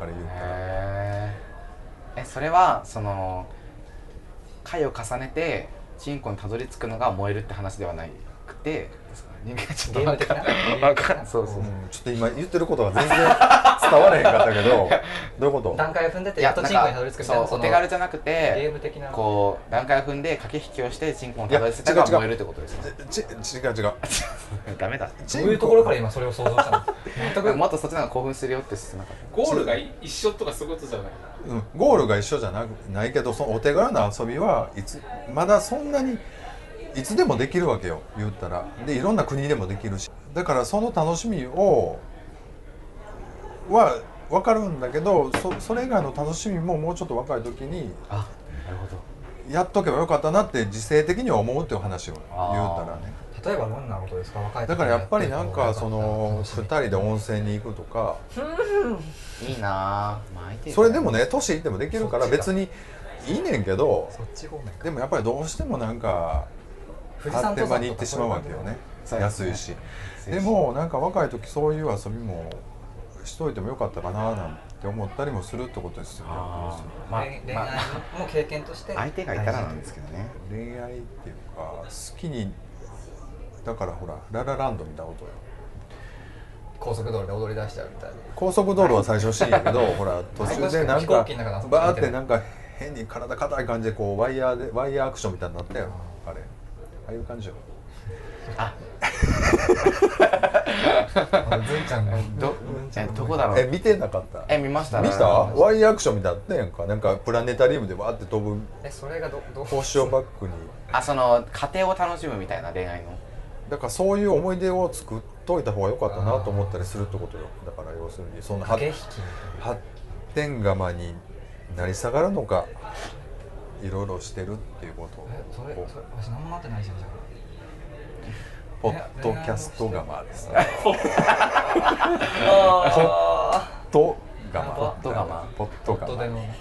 ったら。 それはその回を重ねてチンコにたどり着くのが燃えるって話ではなくて、人間がちょっとゲーム的な。 分かんそうそう、 ちょっと今言ってることが全然伝われへんかったけどどういうこと？ 段階を踏んでてやっとチンコにたどり着くみたいな。 そうお手軽じゃなくてゲーム的なこう段階を踏んで駆け引きをしてチンコにたどり着くのが燃えるってことですよ。 違うダメだ。 どういうところから今それを想像したの？全くもっとそっちの方が興奮するよって進めなかった。 ゴールが一緒とかそういうことじゃない。 ゴールが一緒じゃないけど、そのお手軽な遊びまだそんなにいつでもできるわけよ、言ったら。でいろんな国でもできるし、だからその楽しみは分かるんだけど、それ以外の楽しみももうちょっと若い時にあ、なるほど。 やっとけばよかったなって自制的には思うっていう話を言うたらね。 例えばどんなことですか？若い時だからやっぱりなんかその2 楽しみ人で温泉に行くとか、 いいなぁ、まあ相手それでもね年いってもできるから別にいいねんけど、 そっち方面か。 でもやっぱりどうしてもなんか富士山発展場に登山とか行ってしまうわけよね。 そうですね安いし。でもなんか若い時そういう遊びもしといてもよかったかななんて思ったりもするってことですよね。 まあ恋愛まあも経験として相手がいたらなんですけどね。 恋愛っていうか好きに、だからほらララランドみたいなことよ。 高速道路で踊り出しちゃうみたいな。 高速道路は最初シーンやけどほら途中でなん飛か行機の中であそこバーってなんか変に体硬い感じでこうワイヤーアクションみたいになったよ。あれああいう感じよ。 あ、 ずんちゃんがどこだろう。 見てなかった？ 見ました。 見た？ワイヤーアクションみたいなのあったやんか。なんかプラネタリウムでバーって飛ぶそれがど星をバックに。 あ、その家庭を楽しむみたいな恋愛の。 だからそういう思い出を作っといた方が良かったなと思ったりするってことよ。だから要するにその駆け引き発展釜になり下がるのかいろいろしてるっていうことをそれ私何もなってないじゃん。 ポッドキャスト釜ですね。 ポッと釜ポット釜ポット釜トでも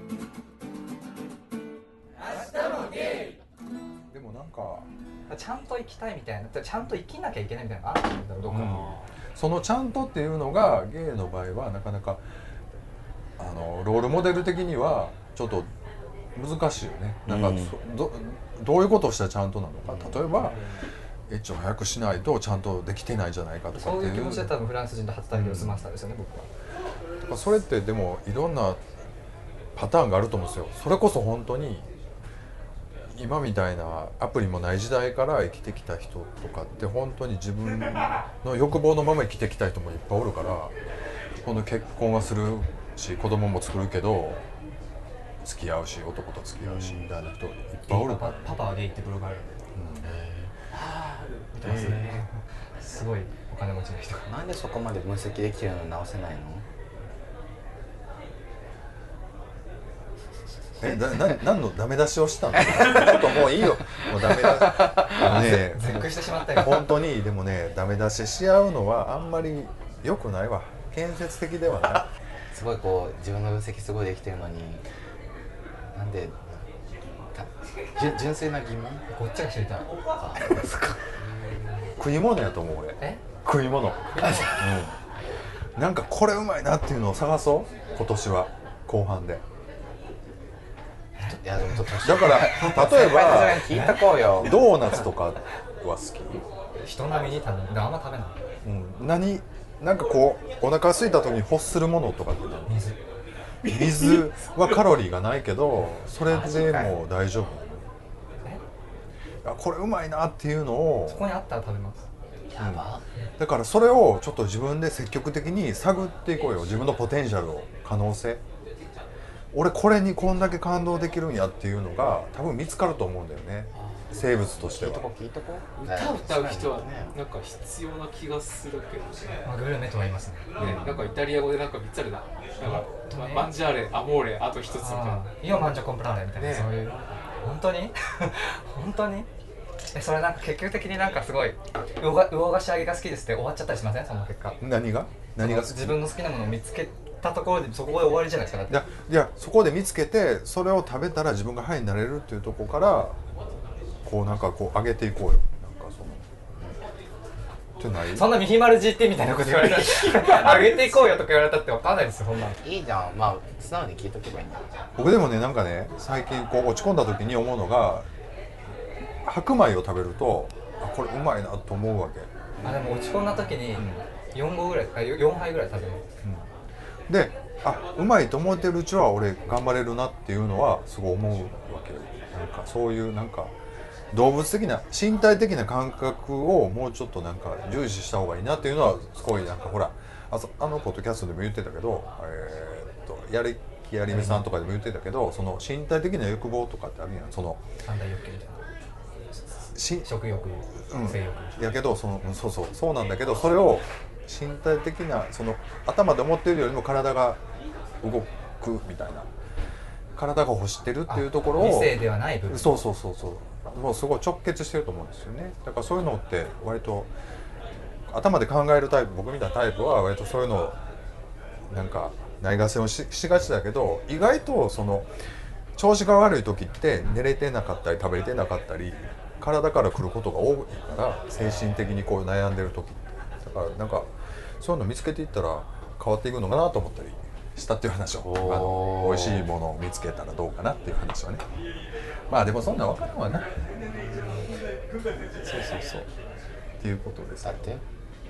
でもなんかちゃんと生きたいみたいな、ちゃんと生きなきゃいけないみたいなのがあるんだろうどっかに。 そのちゃんとっていうのがゲイの場合はなかなかロールモデル的にはちょっと難しいよね。なんかどういうことをしたらちゃんとなのか。例えばエッチを早くしないとちゃんとできてないじゃないかとかっていう。 そういう気持ちで多分フランス人と初体験を済ませたんですよね、僕は。 だからそれってでもいろんなパターンがあると思うんですよ。それこそ本当に今みたいなアプリもない時代から生きてきた人とかって本当に自分の欲望のまま生きてきた人もいっぱいおるから、この結婚はするし子供も作るけど付き合うし男と付き合うしみたいな人いっぱいおるから。 パパはゲイってブログある。見てますね。すごいお金持ちの人が。 なんでそこまで分析できてるのに直せないの？ 何のダメ出しをしたの？ちょっともういいよ。もうダメ出し。ね絶句してしまったよ。 本当にでもねダメ出しし合うのはあんまり良くないわ。建設的ではない。 すごいこう自分の分析すごいできてるのに、なんで純粋な疑問？ こっちが知りたい。 食い物やと思う俺。 え？ 食い物。なんかこれうまいなっていうのを探そう今年は後半で。 いやでもちょっとだから例えば聞いとこうよ。 ドーナツとかは好き。 人並みに食べる。あんま食べない。 なんかこうお腹空いた時に欲するものとかって何？ 水。 水はカロリーがないけどそれでもう大丈夫。これうまいなっていうのをそこにあったら食べます。 やば。 だからそれをちょっと自分で積極的に探っていこうよ。自分のポテンシャルを、可能性。俺これにこんだけ感動できるんやっていうのが多分見つかると思うんだよね。生物としては。 聞いとこう。 歌歌う人はなんか必要な気がするけどね。 まあグルメとは言いますね。 なんかイタリア語でなんか3つあるな。なんかマンジャーレ、アモーレ、あと1つみたいな。 今マンジャコンプラーレみたいな、そういう本当に本当にそれなんか結局的になんかすごい魚菓子揚げが好きですって終わっちゃったりしません？その結果。 何が自分の好きなものを見つけたところでそこで終わりじゃないですか。だっていやそこで見つけてそれを食べたら自分がハイになれるっていうところからこうなんかこう上げていこうよ。なんかそのってない？ そんなミヒマル GT みたいなこと言われたら上げていこうよとか言われたって分かんないですよ。そんなのいいじゃん。まあ素直に聞いとけばいいんだ。 僕でもねなんかね最近こう落ち込んだ時に思うのが白米を食べるとこれうまいなと思うわけ。 でも落ち込んだ時に4杯ぐらい食べます。 でうまいと思ってるうちは俺頑張れるなっていうのはすごい思うわけよ。なんかそういうなんか動物的な身体的な感覚をもうちょっとなんか重視した方がいいなっていうのはすごいなんかほらポッドキャストでも言ってたけど、やる気やりめさんとかでも言ってたけど、その身体的な欲望とかってあるやん。その三大欲求みたいな食欲、性欲、 やけどそうなんだけどそれを身体的なその頭で思っているよりも体が動くみたいな、体が欲してるっていうところを理性ではない部分、 そうもうすごい直結してると思うんですよね。だからそういうのって割と頭で考えるタイプ、僕みたいなタイプは割とそういうのをなんかないがしろにしがちだけど、意外とその調子が悪い時って寝れてなかったり食べれてなかったり体から来ることが多いから、精神的にこう悩んでる時ってだからなんかそういうの見つけていったら変わっていくのかなと思ったりしたっていう話を、美味しいものを見つけたらどうかなっていう話はね。まあでもそんなん分からんわな。そうっていうことです。 だって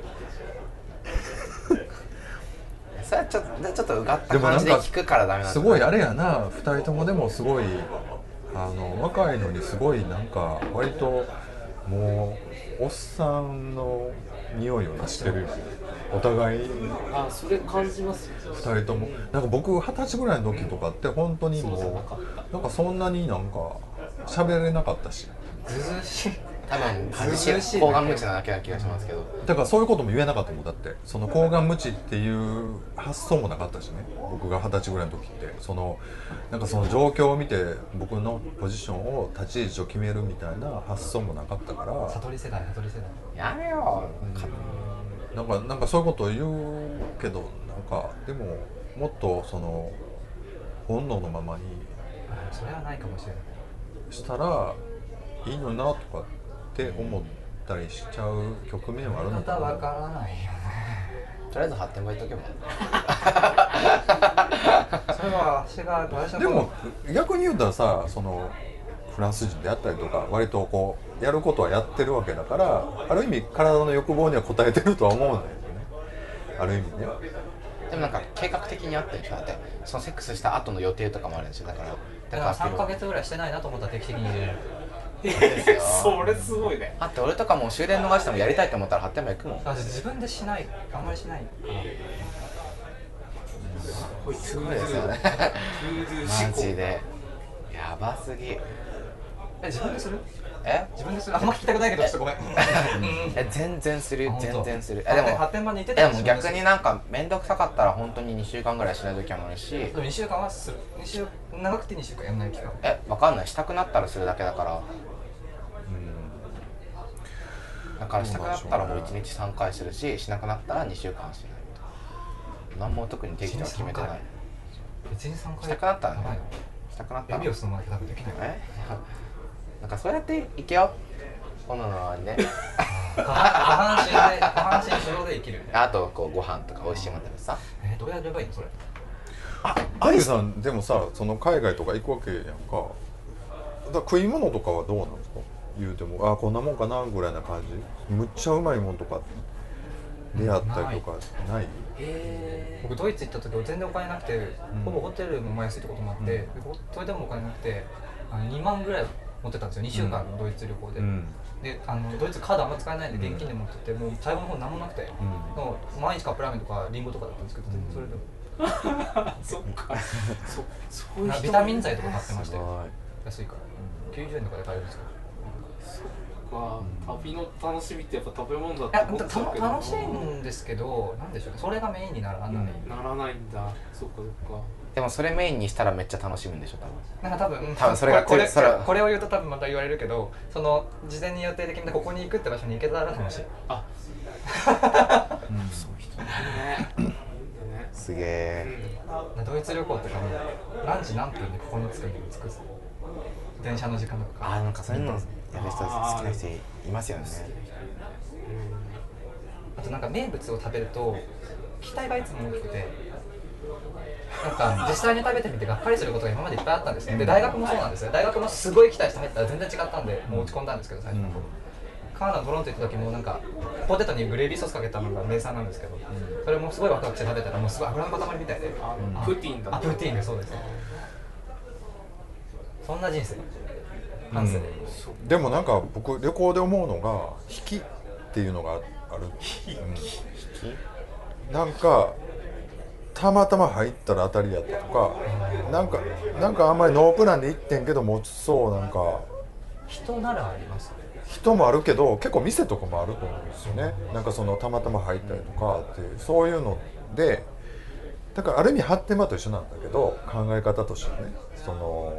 それはちょっとうがった感じで聞くからダメなんだ。 すごいあれやな、2人ともでもすごい若いのにすごいなんか割ともうおっさんの匂いを出してるよね、お互い。 あ、それ感じますよ。 2人ともなんか僕20歳ぐらいの時とかって本当にもうなんかそんなになんか喋れなかったし、 ずずしい、 多分抗がん無知なだけな気がしますけど、 だからそういうことも言えなかったもん。だってその抗がん無知っていう発想もなかったしね、僕が20歳ぐらいの時ってそのなんかその状況を見て僕のポジションを立ち位置を決めるみたいな発想もなかったから、 悟り世代やめよなんかそういうことを言うけど、なんかでももっとその本能のままにそれはないかもしれない。 したらいいのになとかって思ったりしちゃう局面はあるのかな。 わからないよね。 とりあえず発展場行っとけばそれは私のでも逆に言うたらさ、そのフランス人であったりとか割とこうやることはやってるわけだから、ある意味体の欲望には応えてるとは思うんだよね、ある意味ね。 でもなんか計画的にあったでしょ。だってそのセックスした後の予定とかもあるんですよ。だから 3ヶ月ぐらいしてないなと思ったら定期的に入れる。 ですよそれすごいね。 だって俺とかもう終電逃してもやりたいと思ったら発展場行くもん。 自分でしない、あんまりしないからすごいですよねマジでやばすぎ。 自分でする？ え？ 自分でする？あんま聞きたくないけどちょっとごめん全然する、全然する。 でも発展場に行ってたでも逆になんか面倒くさかったら本当に2週間ぐらいしない時もあるし。 でも2週間はする。長くて2週間やんない期間。 わかんない。したくなったらするだけだから。だからしたくなったらもう1日3回するし、しなくなったら2週間しないと。何も特に定期は決めてない。 1日3回したくなったらね。したくなったらエビをそのまま多分できない。 なんかそうやっていけよ。このままね。 下半身主導で生きる。 あとこうご飯とか美味しいもの食べさ。 どうやればいいのそれ。 あゆさんでもさ、その海外とか行くわけやんか。だから食い物とかはどうなんですか？言うてもこんなもんかなぐらいな感じ。むっちゃうまいもんとか出会ったりとかない？ 僕ドイツ行った時は全然お金なくて、ほぼホテルも安いってこともあって、それでもお金なくて2万ぐらい持ってたんですよ、2週間のドイツ旅行で。でドイツカードあんま使えないんで現金で持ってて、もう最後の方何もなくて、毎日カップラーメンとかリンゴとかだったんですけど、それでもそっか。そういう人ビタミン剤とか買ってましたよ。安いから、90円とかで買えるんですよ。 旅の楽しみってやっぱ食べ物だって思ってたけど。 楽しいんですけど、なんでしょうね、それがメインにならない。 ならないんだ。そっかそっか。 でもそれメインにしたらめっちゃ楽しむんでしょ多分。 なんか多分それがこれを言うと多分また言われるけど、その事前に予定で決めてここに行くって場所に行けたら楽しい。 あ、そういう人ね。 すげえ。 ドイツ旅行ってランチ何分でここに着くに着く電車の時間とか。 なんかそういうのやる人好きな人いますよね。 あとなんか名物を食べると期待がいつも大きくて、なんか実際に食べてみてがっかりすることが今までいっぱいあったんですね。で大学もそうなんですよ。大学もすごい期待して入ったら全然違ったんで、もう落ち込んだんですけど、最初の頃カナダのトロント行った時もなんかポテトにグレービーソースかけたのが名産なんですけど、それもすごいワクワクして食べたらもうすごい油の塊みたいで、 プーティンだ。 プーティーンで、そうですね。そんな人生半生で、 でもなんか僕旅行で思うのが引きっていうのがある。なんかたまたま入ったら当たりやったとか、なんかあんまりノープランで行ってんけども落ちそう、なんか人ならあります。 人もあるけど結構店とかもあると思うんですよね。なんかそのたまたま入ったりとかっていうそういうので、だからある意味発展場と一緒なんだけど考え方としてはね、その、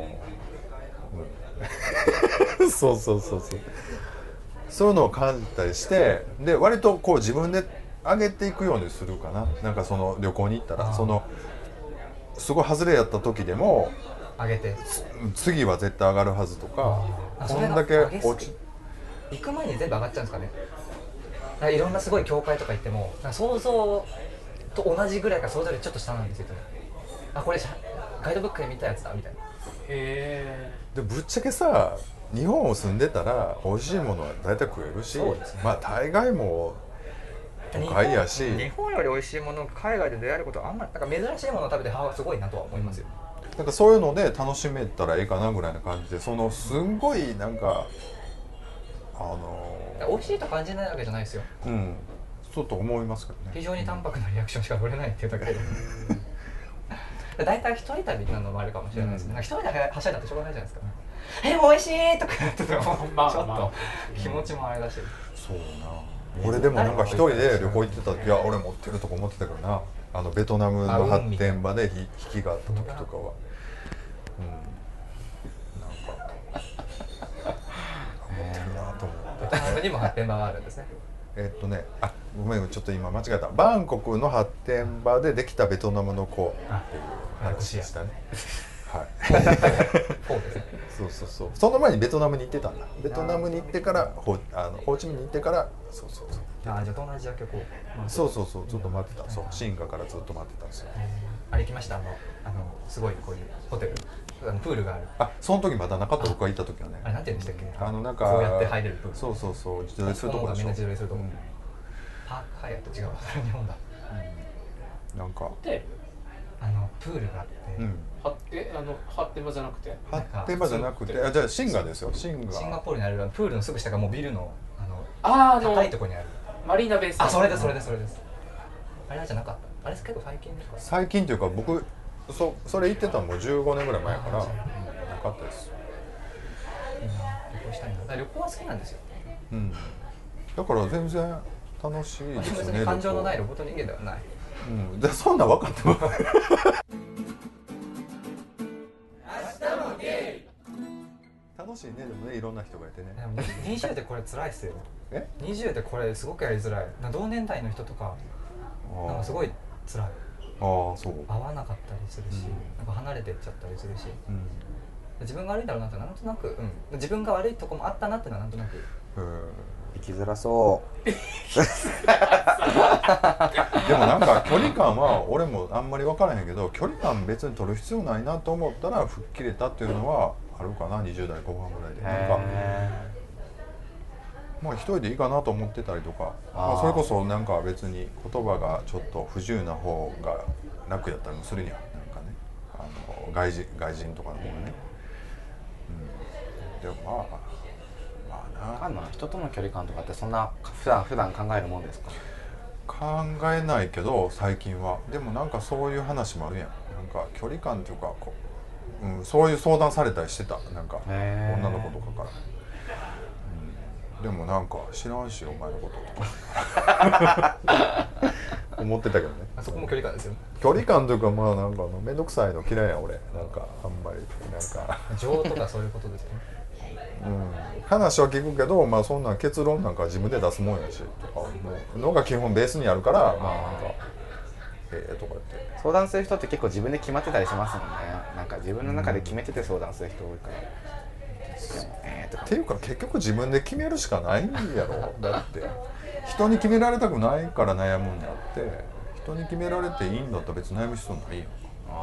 そうそうそうそう、そういうのを感じたりして、で割とこう自分で上げていくようにするかな。なんかその旅行に行ったらそのすごい外れやった時でも上げて次は絶対上がるはずとか、こんだけ落ち行く前に全部上がっちゃうんですかね。なんかいろんなすごい教会とか行ってもなんか想像と同じぐらいか想像よりちょっと下なんですよ。あ、これガイドブックで見たやつだみたいな。 へでぶっちゃけさ、日本を住んでたら美味しいものは大体食えるし、 そうですね、 まあ大概も都会やし、 日本より美味しいもの海外で出会えることはあんまりなんか珍しいものを食べてすごいなとは思いますよ。 なんかそういうので楽しめたらいいかなぐらいな感じで、そのすんごいなんか美味しいと感じないわけじゃないですよ。 ちょっと思いますけどね。 非常に淡白なリアクションしか取れないっていうだけで大体一人旅なのもあるかもしれないですね。なんか一人ではしゃいだってしょうがないじゃないですか。美味しいとか言っててもまあちょっと気持ちもあれだし、 そうな。俺でもなんか一人で旅行行ってた時は俺持ってるとか思ってたけどな、ベトナムの発展場で引きがあった時とかは、なんか持ってるなと思って。 ベトナムにも発展場があるんですね。 ごめん、ちょっと今間違えた。バンコクの発展場でできたベトナムの子っていう話でしたね。はい。 そうですね。 そうそうそう。その前にベトナムに行ってたんだ。ベトナムに行ってからホーチミンに行ってから、そうそうそう。 じゃあ東南アジア結構、 そうそうそう、ずっと待ってた。そう、シンガからずっと待ってたんですよ。 あれ行きました。すごいこういうホテル、プールがある。 その時まだなかった。僕が行った時はね。 あれなんて言うんでしたっけ？ なんかこうやって入れるプール。 そうそうそう、自撮りするとこでしょ。 みんな自撮りするとこ。パークハイアット違うわ。日本だ。 なんかでプールがあって、 発展場じゃなくて発展場じゃなくて、じゃあシンガですよ。シンガポールにあるプールのすぐ下がもうビルの高いところにあるマリーナベイス。 それです。あれじゃなかった。あれ結構最近ですか？ 最近というか僕それ行ってたのも15年ぐらい前やからなかったです。 旅行したいな。旅行は好きなんですよ。 だから全然楽しいですよね。 感情のないロボット人間ではない。 でそんなん分かっても楽しいね。でもね、いろんな人がいてね。 20でこれ辛いっすよ。20でこれすごくやりづらい。同年代の人とかなんかすごい辛い。 そう。 合わなかったりするし、なんか離れてっちゃったりするし、自分が悪いんだろうなってなんとなく、自分が悪いとこもあったなっていうのはなんとなく。 生きづらそう。 でもなんか距離感は俺もあんまり分からへんけど、距離感別に取る必要ないなと思ったら吹っ切れたっていうのはあるかな。20代後半ぐらいでなんかまあ一人でいいかなと思ってたりとか、それこそなんか別に言葉がちょっと不自由な方が楽やったりもするやん。なんかね、外人とかの方がね。でも人との距離感とかってそんな普段考えるもんですか？ 考えないけど最近は。でもなんかそういう話もあるやん。なんか距離感っていうかそういう相談されたりしてた。なんか女の子とかから、でもなんか知らんしお前のこととか思ってたけどね。 そこも距離感ですよ。 距離感というか、まあなんかめんどくさいの嫌いや俺。なんかあんまりなんか情とかそういうことですよね。 話は聞くけど、まあそんな結論なんか自分で出すもんやしとか思うのが基本ベースにあるから、まあなんかとか言って相談する人って結構自分で決まってたりしますもんね。なんか自分の中で決めてて相談する人多いから、とかっていうか結局自分で決めるしかないんやろ。だって人に決められたくないから悩むんやって、人に決められていいんだったら別に悩む必要ないやんか。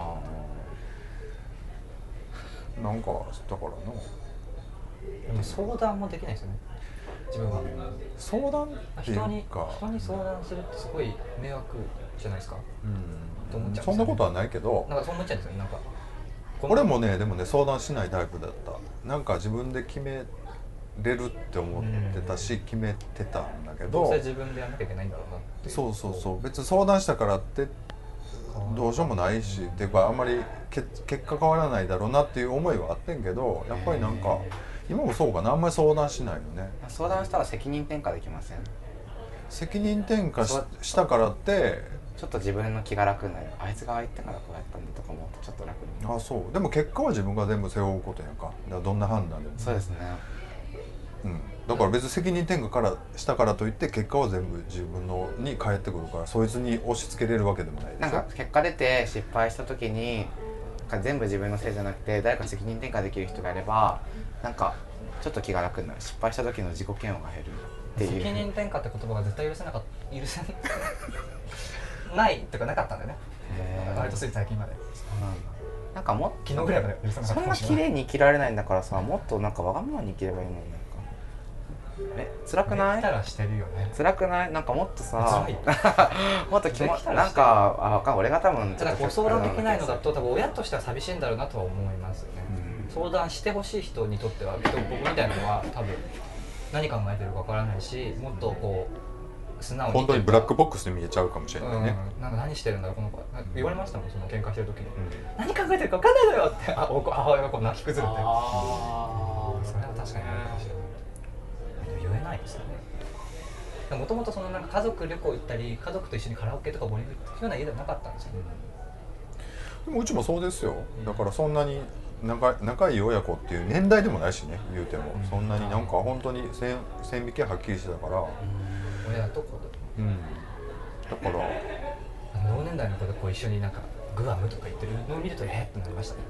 なんかだからな。 でも相談もできないですよね。自分は相談っていうか人に相談するってすごい迷惑じゃないですか。と思っちゃうんですよね。 そんなことはないけど、 なんかそう思っちゃうんですよね。なんか俺もね、でもね相談しないタイプだった。なんか自分で決めれるって思ってたし、決めてたんだけど、 どうせ自分でやんなきゃいけないんだろうなって。 そう別に相談したからってどうしようもないし、っていうかあんまり結果変わらないだろうなっていう思いはあってんけど、やっぱりなんか今もそうかな、あんまり相談しないよね。 相談したら責任転嫁できません？ 責任転嫁したからってちょっと自分の気が楽になる。あいつが言ったからこうやったんだとか思うとちょっと楽になる。 あそうでも結果は自分が全部背負うことやんか。だからどんな判断でもそうですね。 だから別に責任転嫁からしたからといって結果は全部自分のに返ってくるからそいつに押し付けれるわけでもないでしょ。 なんか結果出て失敗した時になんか全部自分のせいじゃなくて誰か責任転嫁できる人がいればなんかちょっと気が楽になる。失敗した時の自己嫌悪が減るっていう。 責任転嫁って言葉が絶対許せないっていうかなかったんだよね。割とつい最近まで。 なんかもっと昨日ぐらいまで許せなかったそんな綺麗に生きられないんだからさ、もっとなんかわがままに生きればいいのに。辛くない？ できたらしてるよね。 辛くない？なんかもっとさ辛いもっとなんか俺が多分ただご相談できないのだと多分親としては寂しいんだろうなとは思いますよね、相談してほしい人にとっては僕みたいなのは多分何考えてるかわからないし、もっとこう素直に本当にブラックボックスで見えちゃうかもしれないね、 なんか何してるんだろうこの子言われましたもん、その喧嘩してる時に、何考えてるか分かんないのよって母親がこう泣き崩れて、それは確かにあるかもしれない。言えないですよね。もともとそのなんか家族旅行行ったり家族と一緒にカラオケとかボーリング行くような家ではなかったんですよ、 でもうちもそうですよ。だからそんなに仲いい親子っていう年代でもないしね、言うても、そんなになんか本当に線引きははっきりしてたから、 親と子と、 だから同年代の子でこう一緒になんかグアムとか行ってるのを見るとってなりましたね。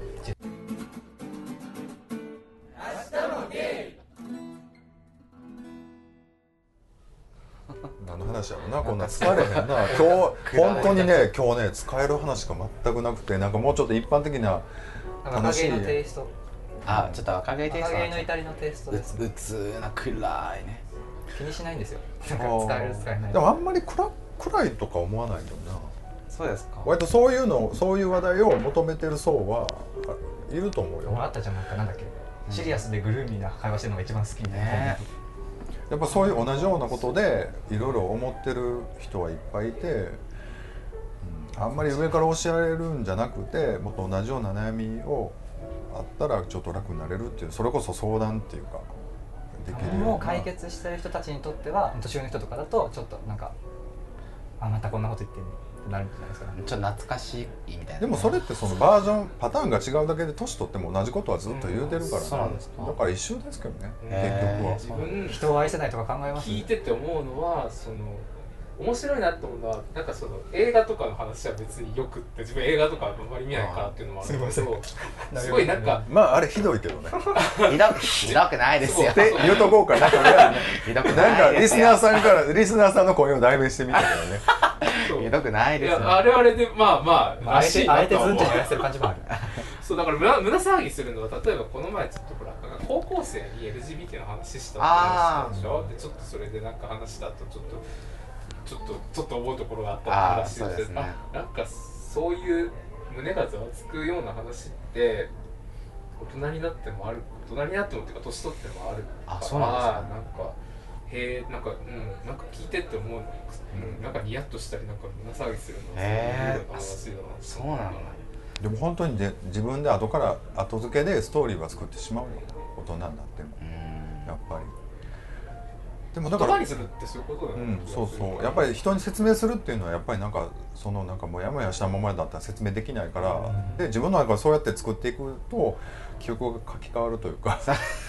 何の話やろな、こんな疲れへんな今日本当にね、今日ね使える話が全くなくて、なんかもうちょっと一般的な赤毛のテイスト、 ちょっと赤毛テイスト、 赤毛の至りのテイストです。 うつな暗いね。 気にしないんですよ。なんか使える使えない。 でもあんまり暗いとか思わないよな。 そうですか。 割とそういう話題を求めてる層はいると思うよ。 あったじゃん、なんだっけ、シリアスでグルーミーな会話してるのが一番好きみたいな、 ね。 やっぱそういう同じようなことでいろいろ思ってる人はいっぱいいて、あんまり上から教えられるんじゃなくて、もっと同じような悩みをあったらちょっと楽になれるっていう、それこそ相談っていうかできるような。 もう解決してる人たちにとっては、年上の人とかだとちょっとなんかまたこんなこと言ってんねってなるんじゃないですかね。 ちょっと懐かしいみたいな。 でもそれってそのバージョンパターンが違うだけで、年取っても同じことはずっと言うてるから、 そうなんですか。 だから一緒ですけどね、結局は。 自分人を愛せないとか考えます、 聞いてて思うのは、その面白いなと思うのは、なんかその映画とかの話は別によくって、自分映画とかあんまり見ないからっていうのもあるんだけど、すごいなんかまああれひどいけどねひどくないですよ。 って言うとこうかな、とりあえずね。 ひどくなんかリスないですよ。 ナーさんの声を代弁してみたけどね。 ひどくないですよ。 いや、あれあれでまああえてずんとは思うちゃんやらせてる感じもある。 そうだから胸騒ぎするのは、例えばこの前ちょっとほら高校生に LGBT の話したって話したでしょ。でちょっとそれでなんか話した後ちょっと思うところがあったって話をして、なんかそういう胸がざわつくような話って大人になってもある、大人になってもっていうか年取ってもあるから、 そうなんですね。 なんかなんかなんか聞いてって思う、なんかニヤッとしたりなんか胸騒ぎするのはそういう話だな。 そうなの。 でも本当に自分で後付けでストーリーは作ってしまうよ、大人になっても。やっぱりでもだから言葉にするってそういうことだよね。 そうそう、やっぱり人に説明するっていうのはやっぱりなんかそのなんかモヤモヤしたままだったら説明できないから、で自分の中でそうやって作っていくと記憶が書き換わるというか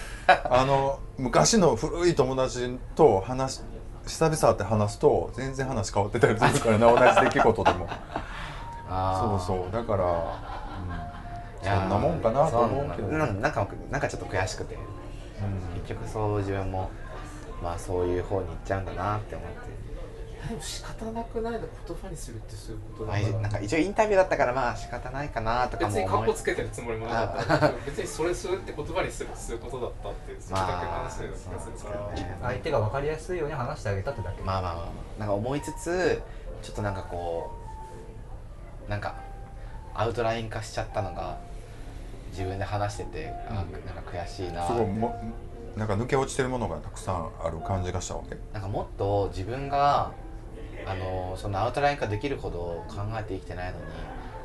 昔の古い友達と久々って話すと全然話変わってたりするからな、同じ出来事でも。そうだから、そんなもんかなと思うけど、 なんかちょっと悔しくて、結局そう自分もまあそういう方に行っちゃうんだなって思って。 でも仕方なくないの言葉にするってそういうことだから、 なんか一応インタビューだったからまあ仕方ないかなとかも別にカッコつけてるつもりもなかった別にそれって言葉にするってそういうことだったっていうそれだけの話だような気がするから、 相手が分かりやすいように話してあげたってだけ。 まあなんか思いつつちょっとなんかこうなんかアウトライン化しちゃったのが自分で話してて、なんか悔しいなって。 すごいなんか抜け落ちてるものがたくさんある感じがしたわけ。 なんかもっと自分がそのアウトライン化できるほど考えて生きてないのに、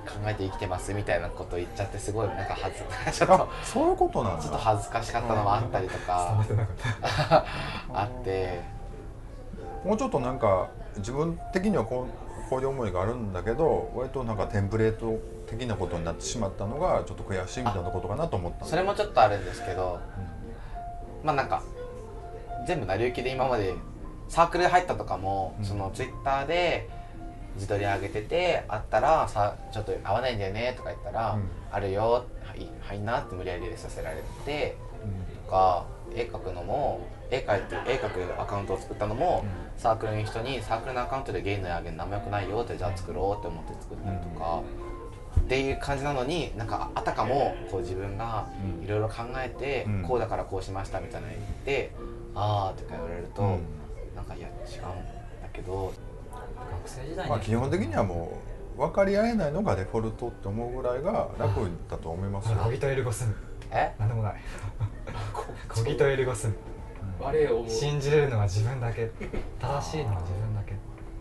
えて生きてますみたいなこと言っちゃってすごいなんかちょっとそういうことなんだ。 ちょっと恥ずかしかったのもあったりとかあってもうちょっとなんか自分的にはこういう思いがあるんだけど、割となんかテンプレート的なことになってしまったのがちょっと悔しいみたいなことかなと思ったんだ。 それもちょっとあるんですけど、まあなんか全部成り行きで今までサークル入ったとかも、そのツイッターで自撮り上げててあったらさちょっと合わないんだよねとか言ったら、あるよはいなって無理やり入れさせられて、とか絵描くのも絵描くアカウントを作ったのも、サークルの人にサークルのアカウントでゲイの絵あげるのあんまよくないよってじゃあ作ろうって思って作ったりとか、っていう感じなのになんかあたかもこう自分がいろいろ考えて、こうだからこうしましたみたいなの言ってあーとか言われると、なんかいや違うんだけど学生時代に、 まあ基本的にはもう分かり合えないのがデフォルトって思うぐらいが楽だと思いますよ。 小木とエルゴスムなんでもない小木とエルゴスム我を信じれるのは自分だけ正しいのは自分だけ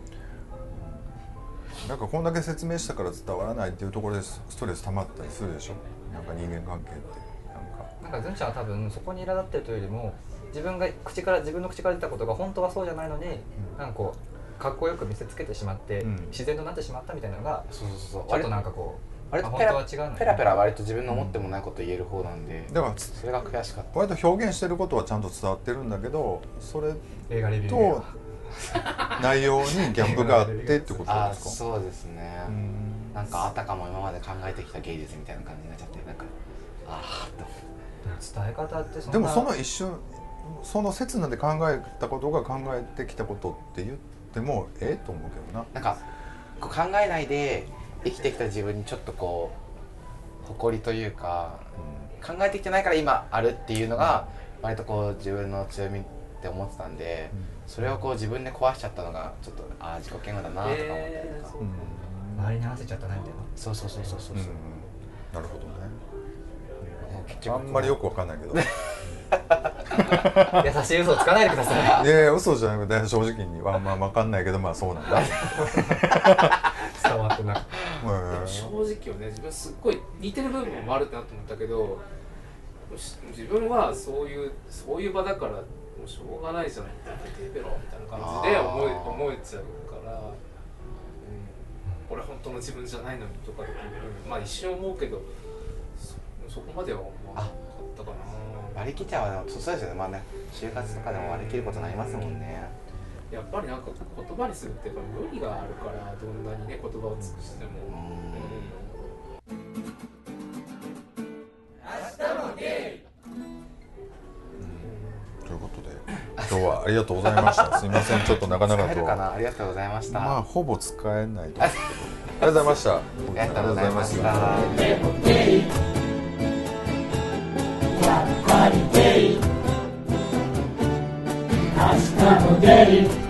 なんかこんだけ説明したから伝わらないっていうところでストレス溜まったりするでしょ。なんか人間関係ってなんかずんちゃんは多分そこに苛立ってるというよりも自分の口から出たことが本当はそうじゃないのに、なんかこうかっこよく見せつけてしまって、自然となってしまってしまったみたいなのがそうちょっとなんかこう割と本当は違うのにペラペラ割と自分の思ってもないこと言える方なんで、 だからそれが悔しかった。 割と表現してることはちゃんと伝わってるんだけど、それ映画レビューと内容にギャップがあってってことあですか。 そうですね。なんかあたかも今まで考えてきた芸術みたいな感じになっちゃって、なんかああと伝え方ってそんなでもその一瞬その刹那で考えたことが考えてきたことって言ってもと思うけどな。 なんかこう考えないで生きてきた自分にちょっとこう誇りというか、考えてきてないから今あるっていうのが割とこう自分の強みって思ってたんで、それをこう自分で壊しちゃったのがちょっと自己嫌悪だなとか思ってるか、 周りに合わせちゃったなみたいな。 そうそうそうそうそう、 なるほどね。 結局あんまりよくわかんないけど優しい嘘をつかないでください。 いやいや嘘じゃなくて正直にはまあわかんないけどまあそうなんだ伝わってなくて正直よね、自分すっごい似てる部分もあるってなと思ったけど、自分はそういう場だからもうしょうがないじゃないって出てろみたいな感じで思えちゃうから、俺本当の自分じゃないのにとかってまあ一瞬思うけど、そこまでは思わなかったかな。 割り切っちゃうそうですよね。まあね、就活とかでも割り切ることになりますもんね。 やっぱりなんか言葉にするってやっぱ無理があるから、どんなにね言葉を尽くしても。 ということで今日はありがとうございましたすいませんちょっとなかなかと使えるかな。ありがとうございました。 まあほぼ使えないと思うけどありがとうございました。 ありがとうございました。 明日もゲイ